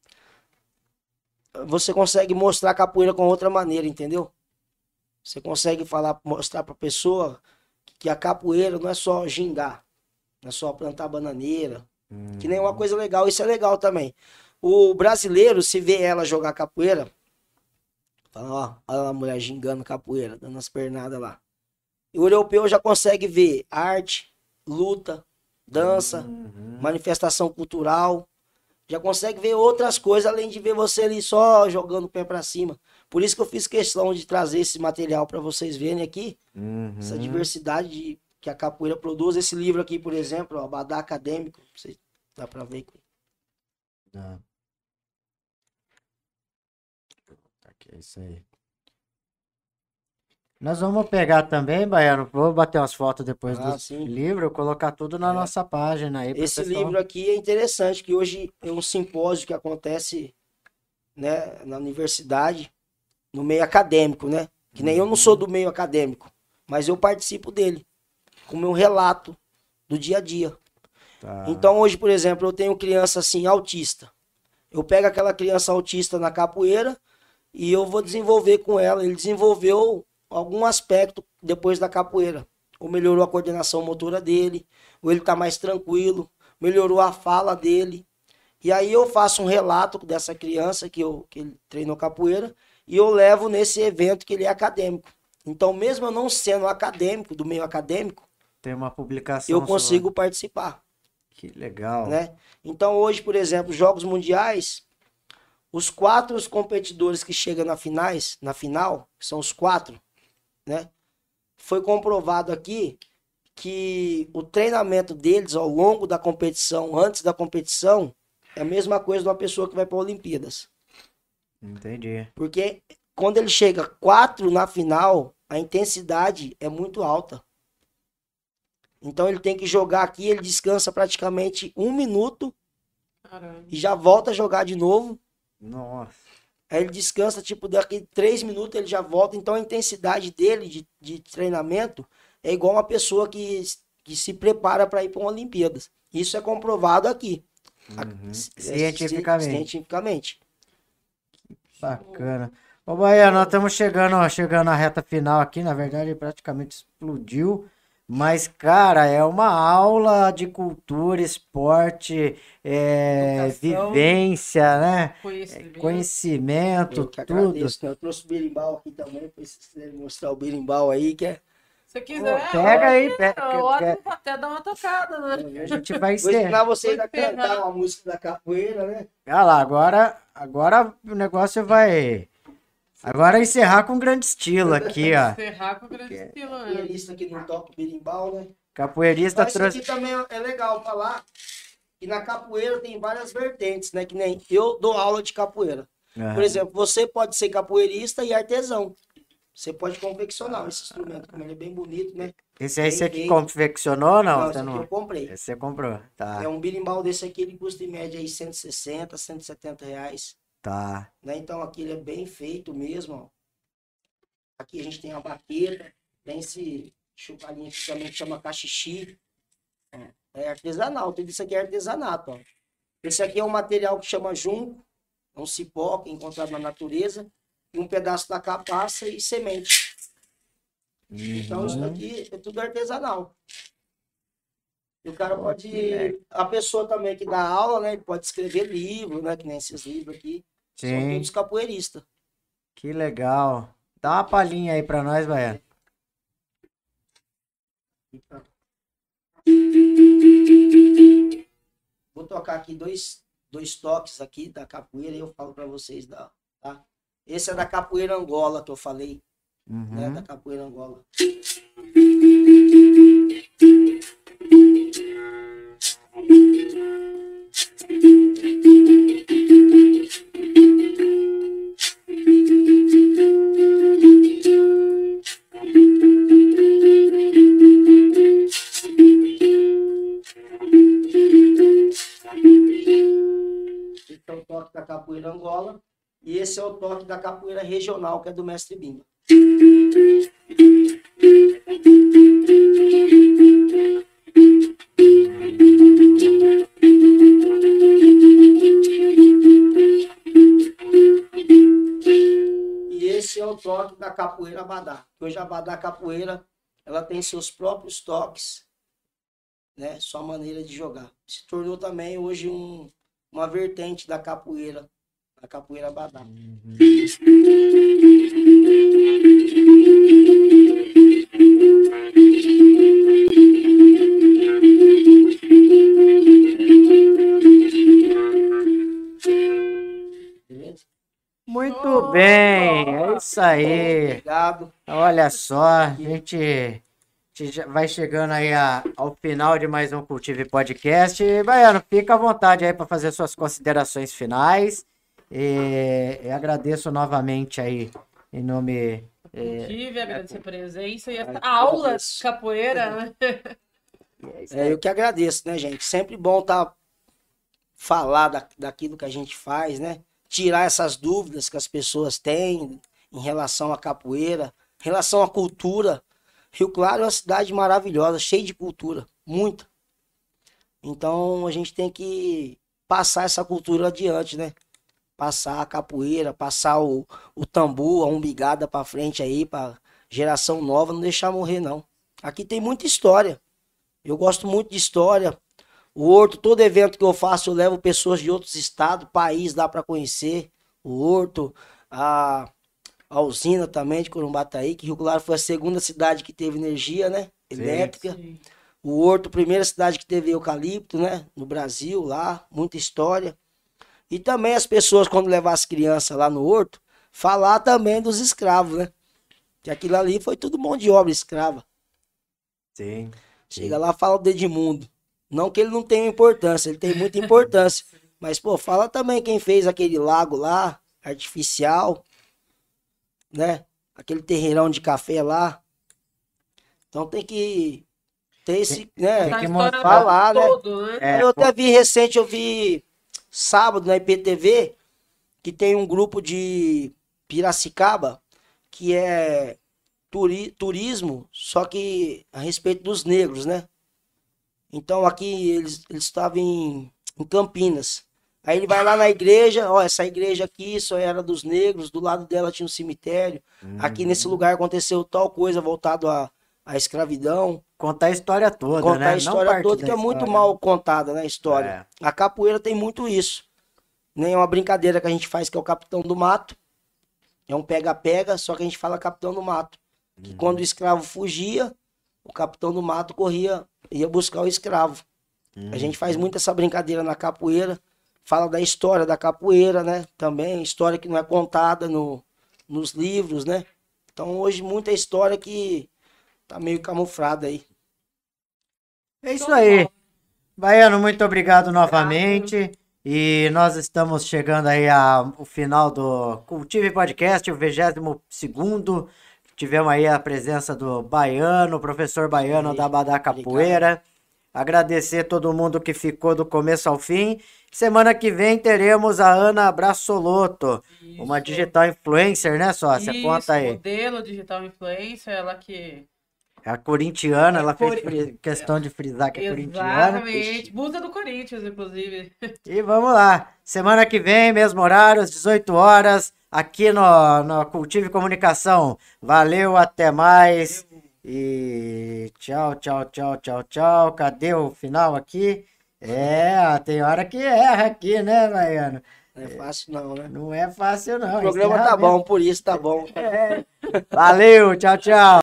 Você consegue mostrar a capoeira com outra maneira, entendeu? Você consegue falar, mostrar pra pessoa que a capoeira não é só gingar, não é só plantar bananeira, que nem uma coisa legal, isso é legal também. O brasileiro, se vê ela jogar capoeira, fala, ó, olha a mulher gingando capoeira, dando as pernadas lá. E o europeu já consegue ver arte, luta, dança, Uhum. manifestação cultural, já consegue ver outras coisas além de ver você ali só jogando o pé pra cima. Por isso que eu fiz questão de trazer esse material para vocês verem aqui, Uhum. essa diversidade de- que a capoeira produz. Esse livro aqui, por exemplo, ó, Abadá Acadêmico, não sei se dá pra ver. Não. Aqui, é isso aí. Nós vamos pegar também, Baiano, vou bater umas fotos depois Ah, do sim. livro, colocar tudo na É. nossa página aí. pro Esse pessoal. livro aqui é interessante, que hoje é um simpósio que acontece, né, na universidade, no meio acadêmico, né? Que nem eu não sou do meio acadêmico, mas eu participo dele, com o meu relato do dia a dia. Tá. Então hoje, por exemplo, eu tenho criança assim, autista. Eu pego aquela criança autista na capoeira e eu vou desenvolver com ela. Ele desenvolveu algum aspecto depois da capoeira. Ou melhorou a coordenação motora dele, ou ele tá mais tranquilo, melhorou a fala dele. E aí eu faço um relato dessa criança que, eu, que ele treinou capoeira e eu levo nesse evento que ele é acadêmico. Então, mesmo eu não sendo acadêmico, do meio acadêmico, Tem uma publicação eu sua. consigo participar, Que legal. né? Então, hoje, por exemplo, Jogos Mundiais, os quatro competidores que chegam na finais, na final, que são os quatro, né? Foi comprovado aqui que o treinamento deles ao longo da competição, antes da competição, é a mesma coisa de uma pessoa que vai para Olimpíadas. Entendi. Porque quando ele chega quatro na final, a intensidade é muito alta. Então ele tem que jogar aqui, ele descansa praticamente um minuto Caramba. e já volta a jogar de novo. Nossa. Aí ele descansa, tipo, daqui três minutos ele já volta. Então a intensidade dele de, de treinamento é igual uma pessoa que, que se prepara para ir para uma Olimpíadas. Isso é comprovado aqui. Uhum. ci- Cientificamente. Cientificamente. Bacana. Ô, Bahia, nós estamos chegando, ó, chegando à reta final aqui. Na verdade, praticamente explodiu. Mas, cara, é uma aula de cultura, esporte, é, Educação. vivência, né? Conhecimento. Conhecimento, Eu que tudo. agradeço, né? Eu trouxe o berimbau aqui também, para vocês quiserem mostrar o berimbau aí, que é... Se quiser, Pô, pega aí, pega, é quer- ótimo pra até dar uma tocada, né? A gente vai Vou ensinar encerrar. vocês Vou a cantar encerrar. uma música da capoeira, né? Olha lá, agora, agora o negócio vai. Agora encerrar com grande estilo aqui, ó. Encerrar com grande estilo, né? Capoeirista que não toca o berimbau, né? Capoeirista Mas isso trouxe. aqui também é legal falar que na capoeira tem várias vertentes, né? Que nem eu dou aula de capoeira. Aham. Por exemplo, você pode ser capoeirista e artesão. Você pode confeccionar esse instrumento, como ele é bem bonito, né? Esse aí bem você que feito. confeccionou, não? Não, Você esse aqui não. eu comprei. Esse você comprou. Tá, É um berimbau desse aqui, ele custa em média aí cento e sessenta, cento e setenta reais. tá. Né? Então aqui ele é bem feito mesmo, ó. Aqui a gente tem a baqueta, tem esse chupalinho que também chama cachixi. É artesanal, tudo isso aqui é artesanato, ó. Esse aqui é um material que chama junco, é um cipó que é encontrado na natureza, e um pedaço da capaça e semente. Então isso Uhum. aqui é tudo artesanal. E o cara pode. A pessoa também que dá aula, né? Ele pode escrever livro, né? Que nem esses livros aqui. São Sim, todos capoeiristas. que legal. Dá uma palhinha aí pra nós, Baiano. Vou tocar aqui dois, dois toques aqui da capoeira e eu falo pra vocês, da, tá? Esse é da capoeira Angola que eu falei, né? Uhum. Da capoeira Angola. capoeira Angola. E esse é o toque da capoeira regional, que é do mestre Bimba. E esse é o toque da capoeira Abadá. Hoje a Abadá capoeira, ela tem seus próprios toques, né? Sua maneira de jogar. Se tornou também hoje um, uma vertente da capoeira, a capoeira Abadá. Uhum. Beleza? Muito Oh, bem, é isso aí. Obrigado. Olha só, a gente, a gente já vai chegando aí a- ao final de mais um Cultive Podcast. E, Baiano, fica à vontade aí para fazer suas considerações finais. E, e agradeço novamente aí em nome. é, Tive, agradecer a presença e essa Ai, aula de agradeço. capoeira, né? É, eu que agradeço, né, gente? Sempre bom tá falar da, daquilo que a gente faz, né? Tirar essas dúvidas que as pessoas têm em relação à capoeira, em relação à cultura. Rio Claro é uma cidade maravilhosa, cheia de cultura, muita. Então a gente tem que passar essa cultura adiante, né? Passar a capoeira, passar o, o tambu, a umbigada pra frente aí, pra geração nova, não deixar morrer, não. Aqui tem muita história. Eu gosto muito de história. O Horto, todo evento que eu faço, eu levo pessoas de outros estados, país, dá para conhecer. O Horto, a, a usina também de Corumbataí, que Rio Claro foi a segunda cidade que teve energia, né? Elétrica. Sim. O Horto, primeira cidade que teve eucalipto, né? No Brasil, lá, muita história. E também as pessoas, quando levar as crianças lá no Horto, falar também dos escravos, né? Que aquilo ali foi tudo mão de obra escrava. Sim. Chega lá, fala do Edmundo. Não que ele não tenha importância, ele tem muita importância. Mas, pô, fala também quem fez aquele lago lá, artificial, né? Aquele terreirão de café lá. Então tem que ter esse, né? Tem que Essa história falar, né? todo, né? É, Eu até vi recente, eu vi sábado na I P T V, que tem um grupo de Piracicaba, que é turi, turismo, só que a respeito dos negros, né? Então aqui eles, eles estavam em, em Campinas. Aí ele vai lá na igreja, ó, essa igreja aqui só era dos negros, do lado dela tinha um cemitério. Aqui nesse lugar aconteceu tal coisa voltado à, à escravidão. Contar a história toda, Contar né? a Não história parte toda, da que é muito história. mal contada, né, a história. A capoeira tem muito isso. Nem é uma brincadeira que a gente faz, que é o Capitão do Mato. É um pega-pega, só que a gente fala Capitão do Mato. Que quando o escravo fugia, o Capitão do Mato corria, ia buscar o escravo. A gente faz muito essa brincadeira na capoeira. Fala da história da capoeira, né? Também, história que não é contada no, nos livros, né? Então hoje muita história que tá meio camuflada aí. É isso aí. Baiano, muito obrigado novamente. E nós estamos chegando aí ao final do Cultive Podcast, o vigésimo segundo. Tivemos aí a presença do Baiano, professor Baiano Aí, da Abadá Capoeira. Agradecer todo mundo que ficou do começo ao fim. Semana que vem teremos a Ana Brasolotto, uma Isso. digital influencer, né, sócia? Isso, Conta aí. modelo digital influencer, ela que... É a corintiana, É ela cori- fez fri- questão de frisar que é corintiana. Exatamente. Musa do Corinthians, inclusive. E vamos lá. Semana que vem, mesmo horário, às dezoito horas, aqui no, no Cultive Comunicação. Valeu, até mais. E tchau, tchau, tchau, tchau, tchau. Cadê o final aqui? É, tem hora que erra aqui, né, Baiano? Não é fácil não, né? Não é fácil, não. O programa tá bom, por isso tá bom. Valeu, tchau, tchau.